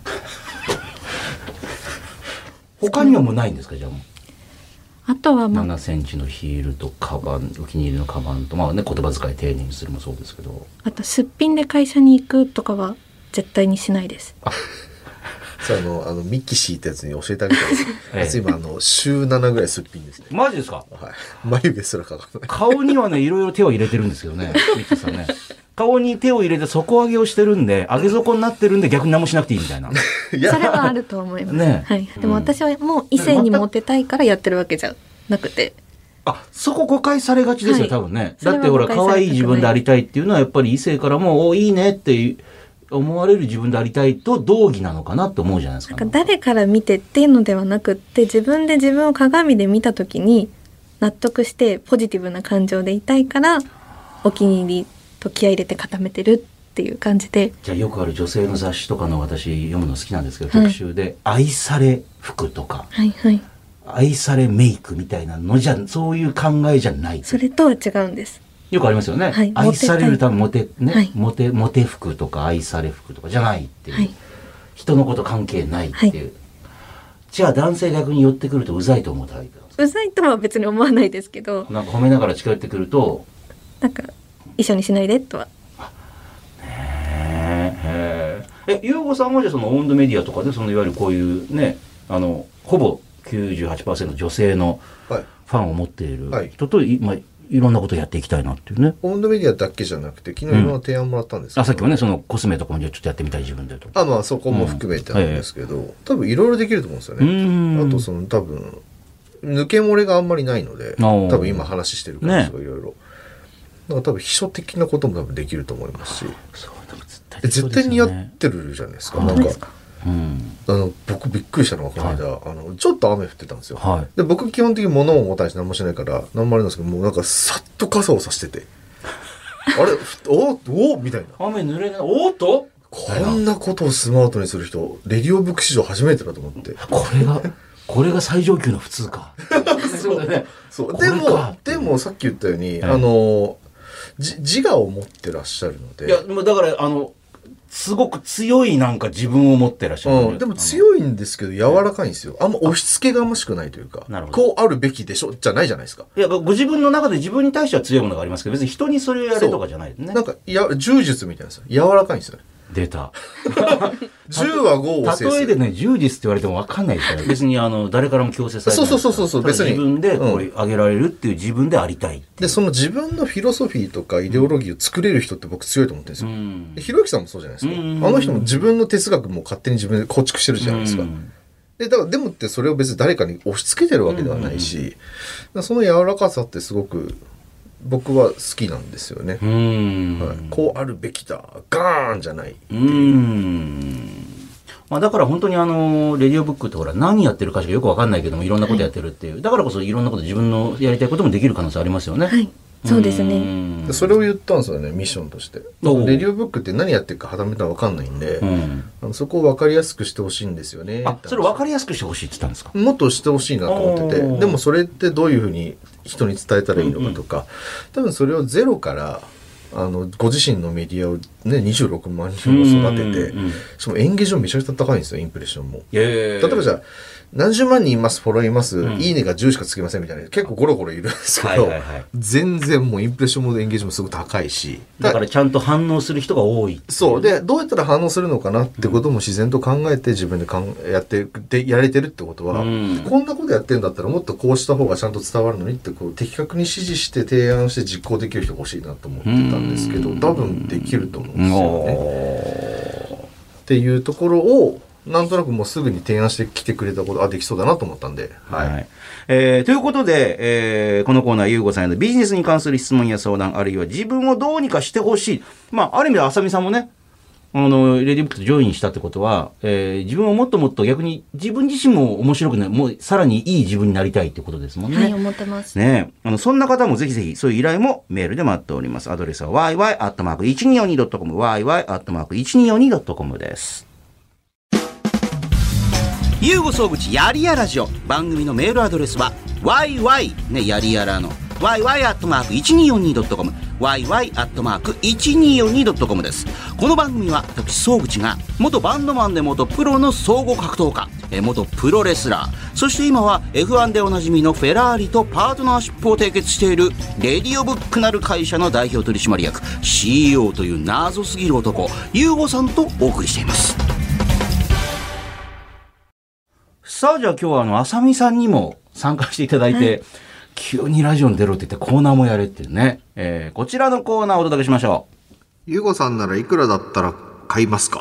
他にはもうないんですか？じゃあもうあとは、まあ、 ななセンチのヒールとカバン、お気に入りのカバンと、まあね、言葉遣い丁寧にするもそうですけど、 あとすっぴんで会社に行くとかは絶対にしないです。 あそうあのあのミキシーってやつに教えてあげたんですよ。ええ、今あの週ななぐらいすっぴんですね。 マジですか？ はい。眉毛すらかかない。 顔にはねいろいろ手を入れてるんですけどね、ミキさんね。 顔に手を入れて底上げをしてるんで、上げ底になってるんで逆に何もしなくていいみたいな。 それはあると思います。 ね、 はい。でも私はもう異性にモテたいからやってるわけじゃなくて。 あ、そこ誤解されがちですよ、はい、多分ね。だってほら、可愛い自分でありたいっていうのはやっぱり異性からも、お、いいねって思われる自分でありたいと同義なのかなって思うじゃないですか。 なんか誰から見てっていうのではなくって、自分で自分を鏡で見たときに納得してポジティブな感情でいたいから、お気に入りと気合い入れて固めてるっていう感じで。 じゃあよくある女性の雑誌とかの私読むの好きなんですけど、はい、特集で愛され服とか、 はいはい、 愛されメイクみたいなのじゃ、そういう考えじゃない。 それとは違うんです。 よくありますよね。はい、愛されるためモテ、ね、はい、モテ、モテ服とか愛され服とかじゃないっていう。はい、人のこと関係ないっていう。はい、じゃあ男性逆に寄ってくるとうざいと思うタイプなんですか？ うざいとは別に思わないですけど。 なんか褒めながら近寄ってくると。 なんか、一緒にしないでとは。 へえ。え、ゆうごさんはじゃあそのオンドメディアとかで、そのいわゆるこういうね、あの、ほぼきゅうじゅうはちパーセント 女性のファンを持っている人と、はい、まあ、いろんなことをやっていきたいなっていうね。 オンドメディアだけじゃなくて、昨日いろんな提案もらったんですけど、うん、 あ、さっきはね、そのコスメとかもちょっとやってみたい自分でと。 あ、まあそこも含めてなんですけど、うん、多分いろいろできると思うんですよね。あとその多分、抜け漏れがあんまりないので、多分今話してるからいろいろ。だから多分秘書的なことも多分できると思いますし、そう絶対ですよね、絶対にやってるじゃないですか。なんか、うん、あの僕びっくりしたのがこの間、はい、あのちょっと雨降ってたんですよ。はい、で僕基本的に物を持たないし何もしないから何もあれなんですけど、もうなんかさっと傘をさしててあれおおみたいな、 雨濡れない、おっとこんなことをスマートにする人レディオブック史上初めてだと思って、 これがこれが最上級の普通かそうだね。そうでもでもさっき言ったように、はい、あの自我を持ってらっしゃるので。 いや、だから、あの、すごく強いなんか自分を持ってらっしゃる、 うん。でも強いんですけど柔らかいんですよ。あんま押し付けがましくないというか、こうあるべきでしょじゃないじゃないですか。 いや、ご自分の中で自分に対しては強いものがありますけど、別に人にそれをやれとかじゃないね。 なんか、いや、柔術みたいなさ、柔らかいんですよね。 出た。 じゅうはごを制す。 例えでね、じゅう実って言われても分かんないですから、別にあの、誰からも強制されない。 そうそうそうそう、別に。 自分でこれ上げられるっていう自分でありたい。 で、その自分のフィロソフィーとかイデオロギーを作れる人って僕強いと思ってるんですよ。うん、ひろゆきさんもそうじゃないですか。うん、あの人も自分の哲学も勝手に自分で構築してるじゃないですか。うん、で、だから、でもってそれを別に誰かに押し付けてるわけではないし、うん、その柔らかさってすごく、僕は好きなんですよね。うん、はい、こうあるべきだガーンじゃないっていう。うん、 まあ、だから本当にあのレディオブックってほら何やってるかしかよく分かんないけどもいろんなことやってるっていう、はい、だからこそいろんなこと自分のやりたいこともできる可能性ありますよね。 はい、そうですね。 それを言ったんですよね、ミッションとして。レディオブックって何やってるかはためたら分かんないんで、うん、あのそこを分かりやすくしてほしいんですよね。 あ、それ分かりやすくしてほしいって言ったんですか？ もっとしてほしいなと思ってて、でもそれってどういうふうに人に伝えたらいいのかとか、うんうん、多分それをゼロからあのご自身のメディアを、ね、にじゅうろくまん人も育てて、しかもエンゲージもめちゃくちゃ高いんですよ、インプレッションも。例えばじゃあ何十万人います、フォローいます、うん、いいねがじゅうしかつけませんみたいな結構ゴロゴロいるんですけど、はいはいはい、全然もうインプレッションもエンゲージもすごく高いし、 だからちゃんと反応する人が多い。 そうで、どうやったら反応するのかなってことも自然と考えて自分でかんやってでやれてるってことは、うん、こんなことやってるんだったらもっとこうした方がちゃんと伝わるのにってこう的確に指示して提案して実行できる人が欲しいなと思ってたんですけど、多分できると思うんですよね。っていうところをなんとなくもうすぐに提案してきてくれたこと、あ、できそうだなと思ったんで。はい。はい、 えー、ということで、えー、このコーナー、ゆうごさんへのビジネスに関する質問や相談、あるいは自分をどうにかしてほしい。まあ、ある意味であさみさんもね、あの、レディブックとジョインしたってことは、えー、自分をもっともっと逆に自分自身も面白くない、もうさらにいい自分になりたいってことですもんね。 はい、思ってます。 ね。あの、そんな方もぜひぜひ、そういう依頼もメールで待っております。アドレスは ワイワイアットマークいちにーよんにードットコム、ワイワイアットマークいちにーよんにードットコム です。ゆうご総口やりやラジオ、番組のメールアドレスは ワイワイ ね、やりやらの ワイワイアットマークいちにーよんにードットコム、 ワイワイアットマークいちにーよんにードットコム です。この番組は私総口が元バンドマンで元プロの総合格闘家、え元プロレスラー、そして今は エフワン でおなじみのフェラーリとパートナーシップを締結しているレディオブックなる会社の代表取締役 シーイーオー という謎すぎる男ゆうごさんとお送りしています。さあ、じゃあ今日はあの、あさみさんにも参加していただいて、はい、急にラジオに出ろって言ってコーナーもやれっていうね、えー、こちらのコーナーをお届けしましょう。 ゆうごさんならいくらだったら買いますか？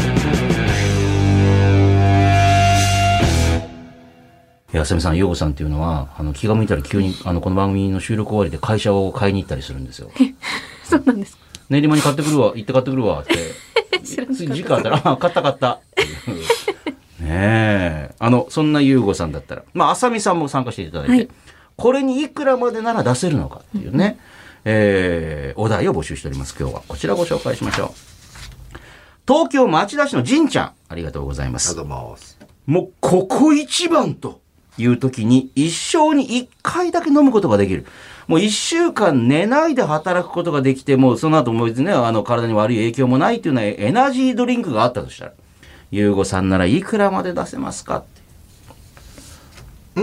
あさみさん、ゆうごさんっていうのは、あの、気が向いたら急に、あの、この番組の収録終わりで会社を買いに行ったりするんですよ。 そうなんですか。 練馬に買ってくるわ、行って買ってくるわって。 知らなかった次、時間あったら、あ、買った買ったっていう。ねえ。あの、そんなゆうごさんだったら、まあ、あさみさんも参加していただいて、はい、これにいくらまでなら出せるのかっていうね、うん、えー、お題を募集しております。今日はこちらご紹介しましょう。東京町田市のじんちゃん、ありがとうございます。 ありがとうございます。 もう、ここ一番という時に、一生に一回だけ飲むことができる。もう一週間寝ないで働くことができて、もうその後もうね、あの、体に悪い影響もないというのはエナジードリンクがあったとしたら、ゆうごさんならいくらまで出せますかって。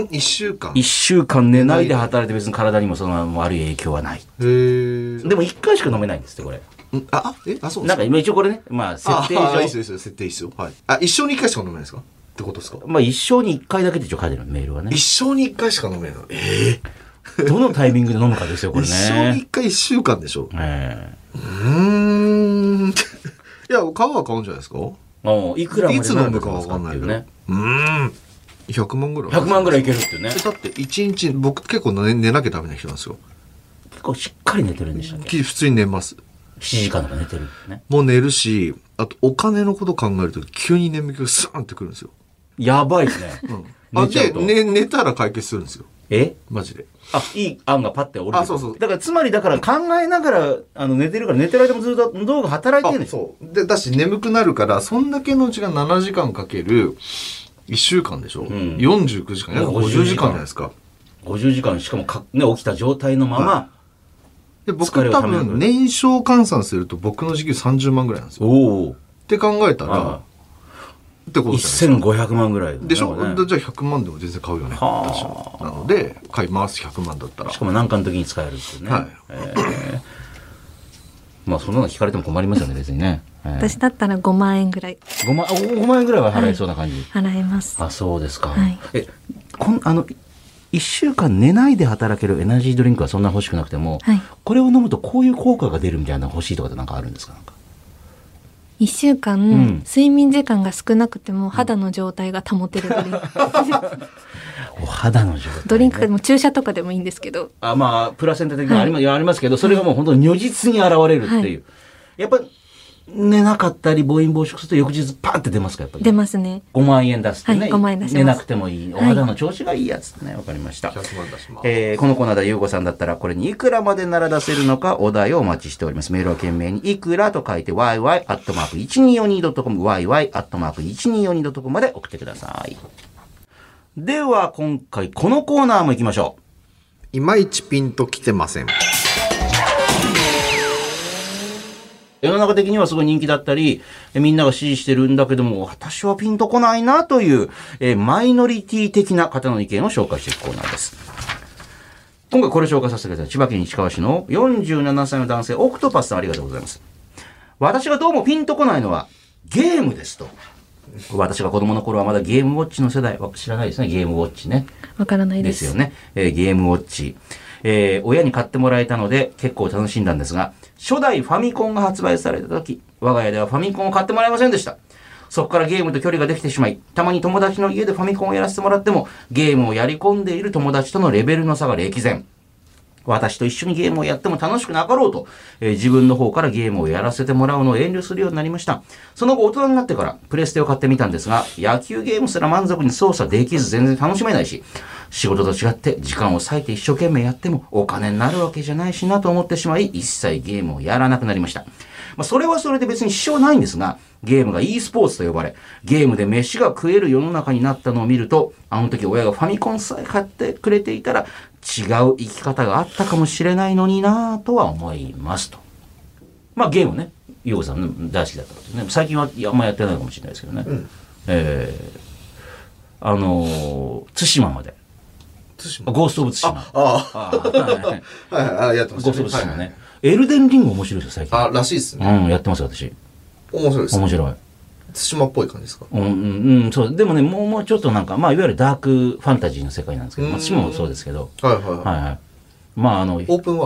ん一週間一週間寝ないで働いて別に体にもその悪い影響はない。 へー。 でも一回しか飲めないんですって、これ。 んあ、えあ、そうですか。 なんか今一応これね、まあ設定上。 あ、いいですよ、設定いいですよ。はい。あ、一生に一回しか飲めないですかってことですか？ まあ一生に一回だけって一応書いてるの、メールはね。 一生に一回しか飲めないの。ええー、どのタイミングで飲むかですよ、これね。 一生に一回一週間でしょ。 ええー、うーん。いや、買うは買うんじゃないですか？ おいくらまでいつ飲むかわかんないけどね。うーん。ひゃくまんぐらい。 ひゃくまんぐらいいけるっていうね。 だって一日、僕結構寝、寝なきゃダメな人なんですよ。 結構しっかり寝てるんでしたっけ？ 普通に寝ます。 しちじかんとか寝てるね。 もう寝るし、あとお金のこと考えると急に眠気がスーンってくるんですよ。 やばいですね。 うん。あ、で、ね、寝たら解決するんですよ。 えマジで。 あ、いい案がパッて降りてくる。 あ、そうそう。 だから、つまりだから考えながら、あの、寝てるから、寝てる間もずっと脳が働いてるんですよ。そう。で、だし、眠くなるから、そんだけのうちがななじかんかけるいっしゅうかんでしょ、うん、よんじゅうくじかん、約ごじゅうじかんじゃないですか。 ごじゅうじかん、しかもか、ね、起きた状態のまま、はい、 で、僕多分、年商換算すると僕の時給さんじゅうまんぐらいなんですよ。 おー。 って考えたら、ってことじゃないですか。 せんごひゃくまんぐらい、 ね。でしょ、ね、じゃあひゃくまんでも全然買うよね。私は。なので、買います、ひゃくまんだったら。 しかも何かの時に使えるっていうね。はい。えー、まあ、そんなの聞かれても困りますよね、別にね。 えー、私だったらごまんえんぐらい。 ごまん、ごまんえんぐらいは払えそうな感じ。 はい、払えます。 あ、そうですか。 はい、 え、こん、あの、一週間寝ないで働けるエナジードリンクはそんな欲しくなくても、はい、これを飲むとこういう効果が出るみたいな欲しいとかってなんかあるんですか？なんか一週間、うん、睡眠時間が少なくても肌の状態が保てるドリンク。 お肌の状態、ね、 ドリンクでも注射とかでもいいんですけど。 あ、まあ、プラセンタ的にはあり,、はい、ありますけど、それがもう本当に如実に現れるっていう。はい、やっぱり、寝なかったり暴飲暴食すると翌日パーって出ますか？やっぱり出ますね。 ごまんえん出すってね、はい、 ごまんえん出します。 寝なくてもいいお肌の調子がいいやつってね、わかりました。 ひゃくまん出します。 えー、このコーナーでゆうごさんだったらこれにいくらまでなら出せるのかお題をお待ちしております。メールは懸命にいくらと書いて ワイワイアットマークいちにーよんにードットコム ワイワイアットマークいちにーよんにードットコム まで送ってください。では今回このコーナーも行きましょう。いまいちピンときてません。 世の中的にはすごい人気だったり、みんなが支持してるんだけども、私はピンとこないなという、えー、マイノリティ的な方の意見を紹介していくコーナーです。今回これ紹介させてください。千葉県市川市のよんじゅうななさいの男性、オクトパスさんありがとうございます。私がどうもピンとこないのはゲームですと。私が子供の頃はまだゲームウォッチの世代、知らないですね、ゲームウォッチね。 わからないです。 ですよね。えー、ゲームウォッチ。えー、親に買ってもらえたので結構楽しんだんですが、初代ファミコンが発売された時、我が家ではファミコンを買ってもらえませんでした。そこからゲームと距離ができてしまい、たまに友達の家でファミコンをやらせてもらっても、ゲームをやり込んでいる友達とのレベルの差が歴然。私と一緒にゲームをやっても楽しくなかろうと、えー、自分の方からゲームをやらせてもらうのを遠慮するようになりました。その後大人になってからプレステを買ってみたんですが、野球ゲームすら満足に操作できず全然楽しめないし、仕事と違って時間を割いて一生懸命やってもお金になるわけじゃないしなと思ってしまい、一切ゲームをやらなくなりました。まあ、それはそれで別に支障ないんですが、ゲームが e スポーツと呼ばれ、ゲームで飯が食える世の中になったのを見ると、あの時親がファミコンさえ買ってくれていたら、違う生き方があったかもしれないのになぁとは思いますと。まあゲームね、ゆうごさん、ね、大好きだったんですね。最近はあんまやってないかもしれないですけどね。うん、えー、あのー、対馬まで。 対馬ゴースト・オブ・対馬。 ああ。はいはい、はい、やってますね。 ゴースト・オブ・対馬ね。はい、エルデンリング面白いですよ、最近。 あ、らしいですね。 うん、やってます私。 面白いですね。 面白い。 対馬っぽい感じですか？ うん、うん、うん、そう。でもね、もう、もうちょっとなんか、まあ、いわゆるダークファンタジーの世界なんですけど、まあ、私もそうですけど。 はいはいはい。 はいはい。まあ、あの、オープンワールド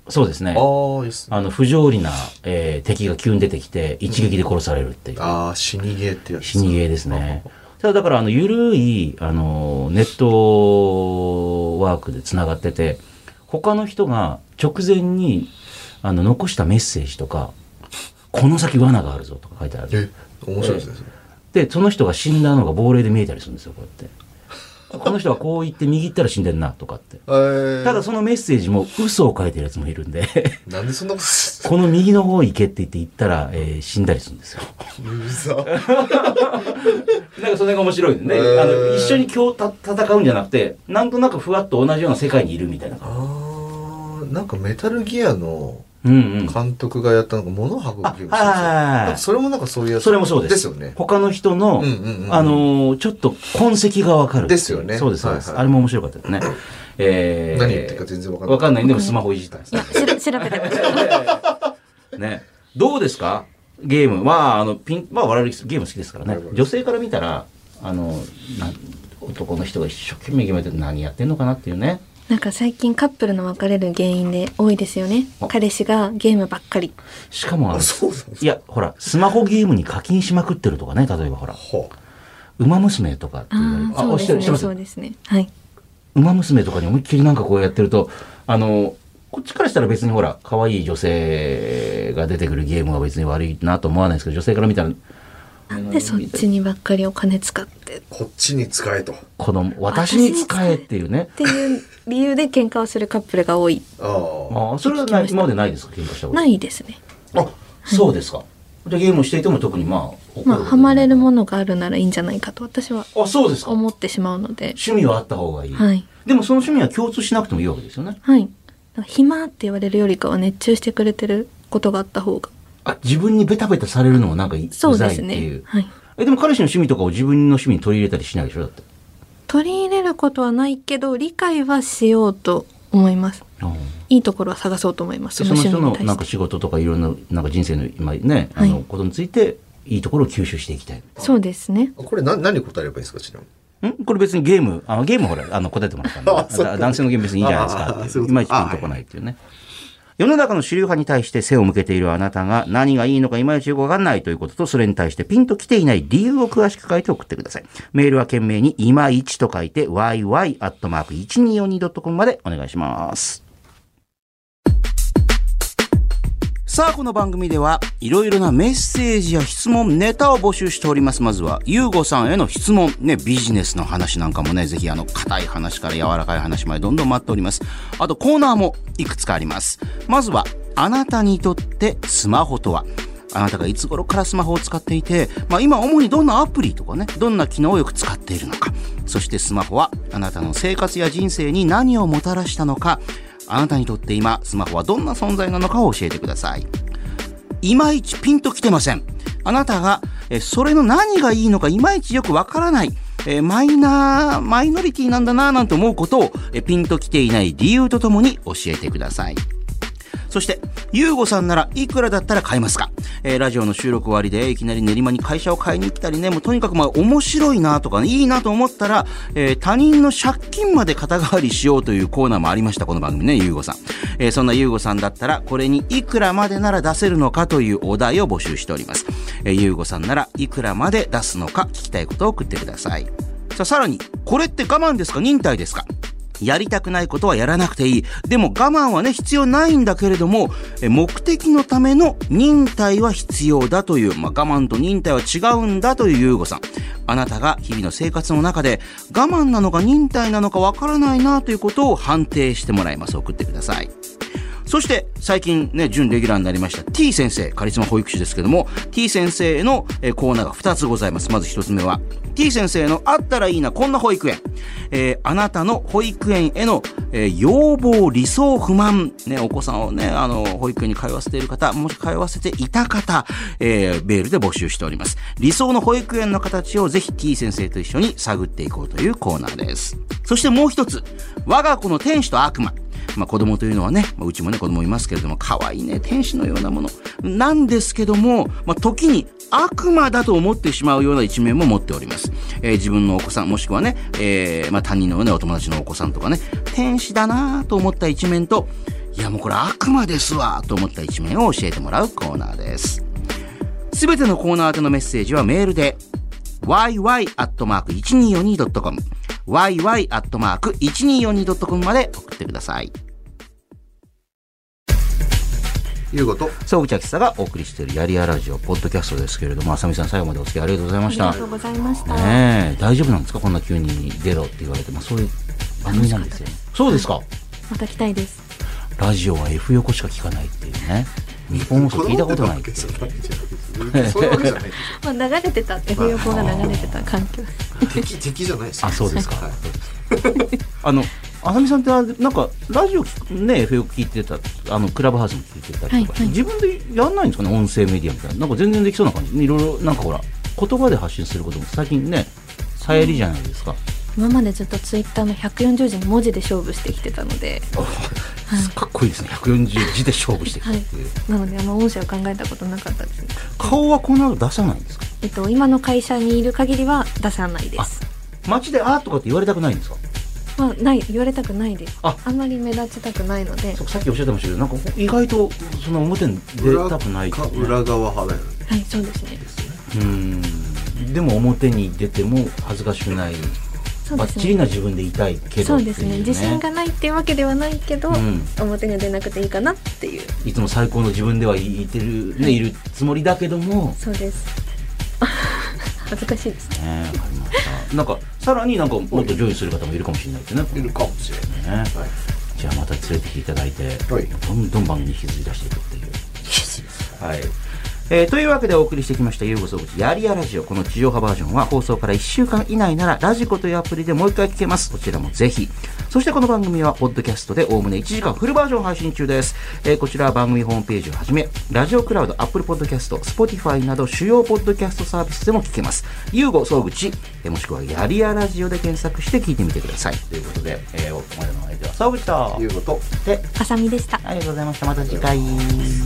そうですね。 ああ、いいっすね。 あの、不条理な、えー敵が急に出てきて、一撃で殺されるっていう。 うん、ああ、死にゲーってやつ。 死にゲーですね。ただだから、あの、ゆるい、あの、ネットワークで繋がってて、他の人が直前に、あの、残したメッセージとか、この先罠があるぞとか書いてある。 え、面白いですね。 で、その人が死んだのが亡霊で見えたりするんですよ、こうやって。この人はこう言って右行ったら死んでんなとかって。 えー、 ただそのメッセージも嘘を書いてるやつもいるんでなんでそんなことこの右の方行けって言って行ったら、えー、死んだりするんですよ。 うざなんかそれが面白いですね。 えー、 あの一緒に今日た戦うんじゃなくて、なんとなくふわっと同じような世界にいるみたいな。 あー、なんかメタルギアの監督がやったのが物を運ぶゲームしてるんですよ。それもなんかそういうやつ。 それもそうです。 ですよね。 他の人の、うんうんうん、あのー、ちょっと痕跡がわかる。 ですよね。 そうです、そうです。はいはい、あれも面白かったですね。 えー、何言ってるか全然わかんない。 わかんないんでもスマホいじったんですね。 調べてました。 ね。どうですかゲーム。まあ、あの、ピン、まあ我々ゲーム好きですからね。女性から見たら、あの、な男の人が一生懸命ゲームやって何やってんのかなっていうね。 なんか最近カップルの別れる原因で多いですよね。彼氏がゲームばっかり。 しかもあの、 そうそうそういや、ほら、スマホゲームに課金しまくってるとかね、例えばほら。ウマ娘とかって言われる。 ああ、そうですね。そうですね。はい。 ウマ娘とかに思いっきりなんかこうやってると、あの、こっちからしたら別にほら、可愛い女性が出てくるゲームは別に悪いなと思わないですけど、女性から見たら、 なんでそっちにばっかりお金使って。 こっちに使えと。 子供、私に使えっていうね。 っていう理由で喧嘩をするカップルが多い。 ああ、それはない今までないですか、喧嘩したこと。 ないですね。 あ、そうですか。はい、でゲームをしていても特にまあ、 まあ、ハマれるものがあるならいいんじゃないかと私は。 あ、そうですか。 思ってしまうので。 趣味はあった方がいい。 はい。 でもその趣味は共通しなくてもいいわけですよね。 はい。暇って言われるよりかは熱中してくれてることがあった方が。 あ、自分にベタベタされるのもなんかいそうですね。っていう。 はい。 え、でも彼氏の趣味とかを自分の趣味に取り入れたりしないでしょだって。 取り入れることはないけど理解はしようと思います。いいところは探そうと思います。 その人のなんか仕事とかいろんななんか人生の今ね、はい、あのことについていいところを吸収していきたい。 そうですね。 これな何答えればいいですかちなみに。 んこれ別にゲームあのゲームほらあの答えてもらったんで男性のゲーム別にいいじゃないですかっていういまいちピンとこないっていうね。世の中の主流派に対して背を向けているあなたが何がいいのかいまいちよくわかんないということと、それに対してピンと来ていない理由を詳しく書いて送ってください。メールは懸命にいまいちと書いて ワイワイアットマークいちにーよんにードットコム までお願いします。さあ、この番組ではいろいろなメッセージや質問、ネタを募集しております。まずは、ゆうごさんへの質問、ね、ビジネスの話なんかもね、ぜひあの、硬い話から柔らかい話までどんどん待っております。あと、コーナーもいくつかあります。まずは、あなたにとってスマホとは？あなたがいつ頃からスマホを使っていて、まあ今主にどんなアプリとかね、どんな機能をよく使っているのか。そしてスマホはあなたの生活や人生に何をもたらしたのか。あなたにとって今スマホはどんな存在なのかを教えてください。いまいちピンときてません。あなたがえそれの何がいいのかいまいちよくわからない、えマイナーマイノリティなんだなぁなんて思うことをえピンときていない理由とともに教えてください。そして、ゆうごさんならいくらだったら買いますか？えー、ラジオの収録終わりでいきなり練馬に会社を買いに来たりね、もうとにかくまあ面白いなとか、ね、いいなと思ったら、えー、他人の借金まで肩代わりしようというコーナーもありました、この番組ね、ゆうごさん。えー、そんなゆうごさんだったら、これにいくらまでなら出せるのかというお題を募集しております。えー、ゆうごさんならいくらまで出すのか聞きたいことを送ってください。さあ、さらに、これって我慢ですか？忍耐ですか？やりたくないことはやらなくていい。でも我慢はね、必要ないんだけれども、目的のための忍耐は必要だという、まあ、我慢と忍耐は違うんだというゆうごさん。あなたが日々の生活の中で我慢なのか忍耐なのかわからないなということを判定してもらいます。送ってください。そして最近ね、準レギュラーになりました T 先生、カリスマ保育士ですけども、 T 先生へのコーナーがふたつございます。まずひとつめは T 先生のあったらいいなこんな保育園、えー、あなたの保育園への、えー、要望、理想、不満、ね、お子さんをね、あの保育園に通わせている方、もし通わせていた方、えー、メールで募集しております。理想の保育園の形をぜひ T 先生と一緒に探っていこうというコーナーです。そしてもう一つ、我が子の天使と悪魔。まあ、子供というのはね、まあ、うちもね子供いますけれども、可愛いね天使のようなものなんですけども、まあ、時に悪魔だと思ってしまうような一面も持っております。えー、自分のお子さんもしくはね、えー、まあ他人のねお友達のお子さんとかね、天使だなと思った一面と、 いやもうこれ悪魔ですわと思った一面を教えてもらうコーナーです。すべてのコーナー宛てのメッセージはメールで ワイワイアットマークいちにーよんにードットコム ワイワイアットマークいちにーよんにードットコム まで送ってください。 ゆうごと総口秋さがお送りしているやりやラジオポッドキャストですけれども、あさみさん最後までお付き合いありがとうございました。 ありがとうございました。 ねえ、大丈夫なんですか、こんな急に出ろって言われて。まあそういう番組なんですよね。そうですか、はい、 また来たいです。 ラジオは F 横しか聞かないっていうね、日本放送聞いたことないっていうそういうわけじゃないまあ流れてた F 横が流れてた環境敵, 敵じゃないですよ。 あ、そうですか、 はい、 あのあさみさんってなんかラジオね F 横聞いてた、あのクラブハウスも聞いてたりとか、はいはい、自分でやんないんですかね、音声メディアみたいな。なんか全然できそうな感じ、いろいろなんかほら言葉で発信することも最近ね流行りじゃないですか。 今までずっとツイッターのひゃくよんじゅうじに文字で勝負してきてたのではい、 かっこいいですね。ひゃくよんじゅうじで勝負してきたっていう、はい、 なのであの音声を考えたことなかったですね。 顔はこんなの出さないんですか？ えっと今の会社にいる限りは出さないです。 街であーとかって言われたくないんですか？ まあ、ない言われたくないです。 あ, あんまり目立ちたくないので。 さっきおっしゃってましたけど、なんか意外とその表に出たくない、ね、 裏, 裏側派だよね。 はい、そうですね。 うーん、でも表に出ても恥ずかしくない、バッチリな自分でいたいけど、 そうですね、自信がないっていうわけではないけど、うん、表に出なくていいかなっていう。 いつも最高の自分ではいてる、ね、はい、いるつもりだけども。 そうです恥ずかしいですね。 わかりました。なんかさらになんかもっと上位する方もいるかもしれないですね。 いるかもしれないね、はい、 じゃあまた連れてきていただいて、はい、どんどん番組に引きずり出していくっていう、はい、えー、というわけでお送りしてきましたゆうご総口やりやラジオ。この地上波バージョンは放送からいっしゅうかん以内ならラジコというアプリでもう一回聞けます。こちらもぜひ。そしてこの番組はポッドキャストでおおむねいちじかんフルバージョン配信中です。えー、こちらは番組ホームページをはじめラジオクラウド、アップルポッドキャスト、スポティファイなど主要ポッドキャストサービスでも聞けます。ゆうご総口、えー、もしくはやりやラジオで検索して聞いてみてください。ということで、えー、おこまでの相手は総口とゆうごとであさみでした。 ありがとうございました。また次回。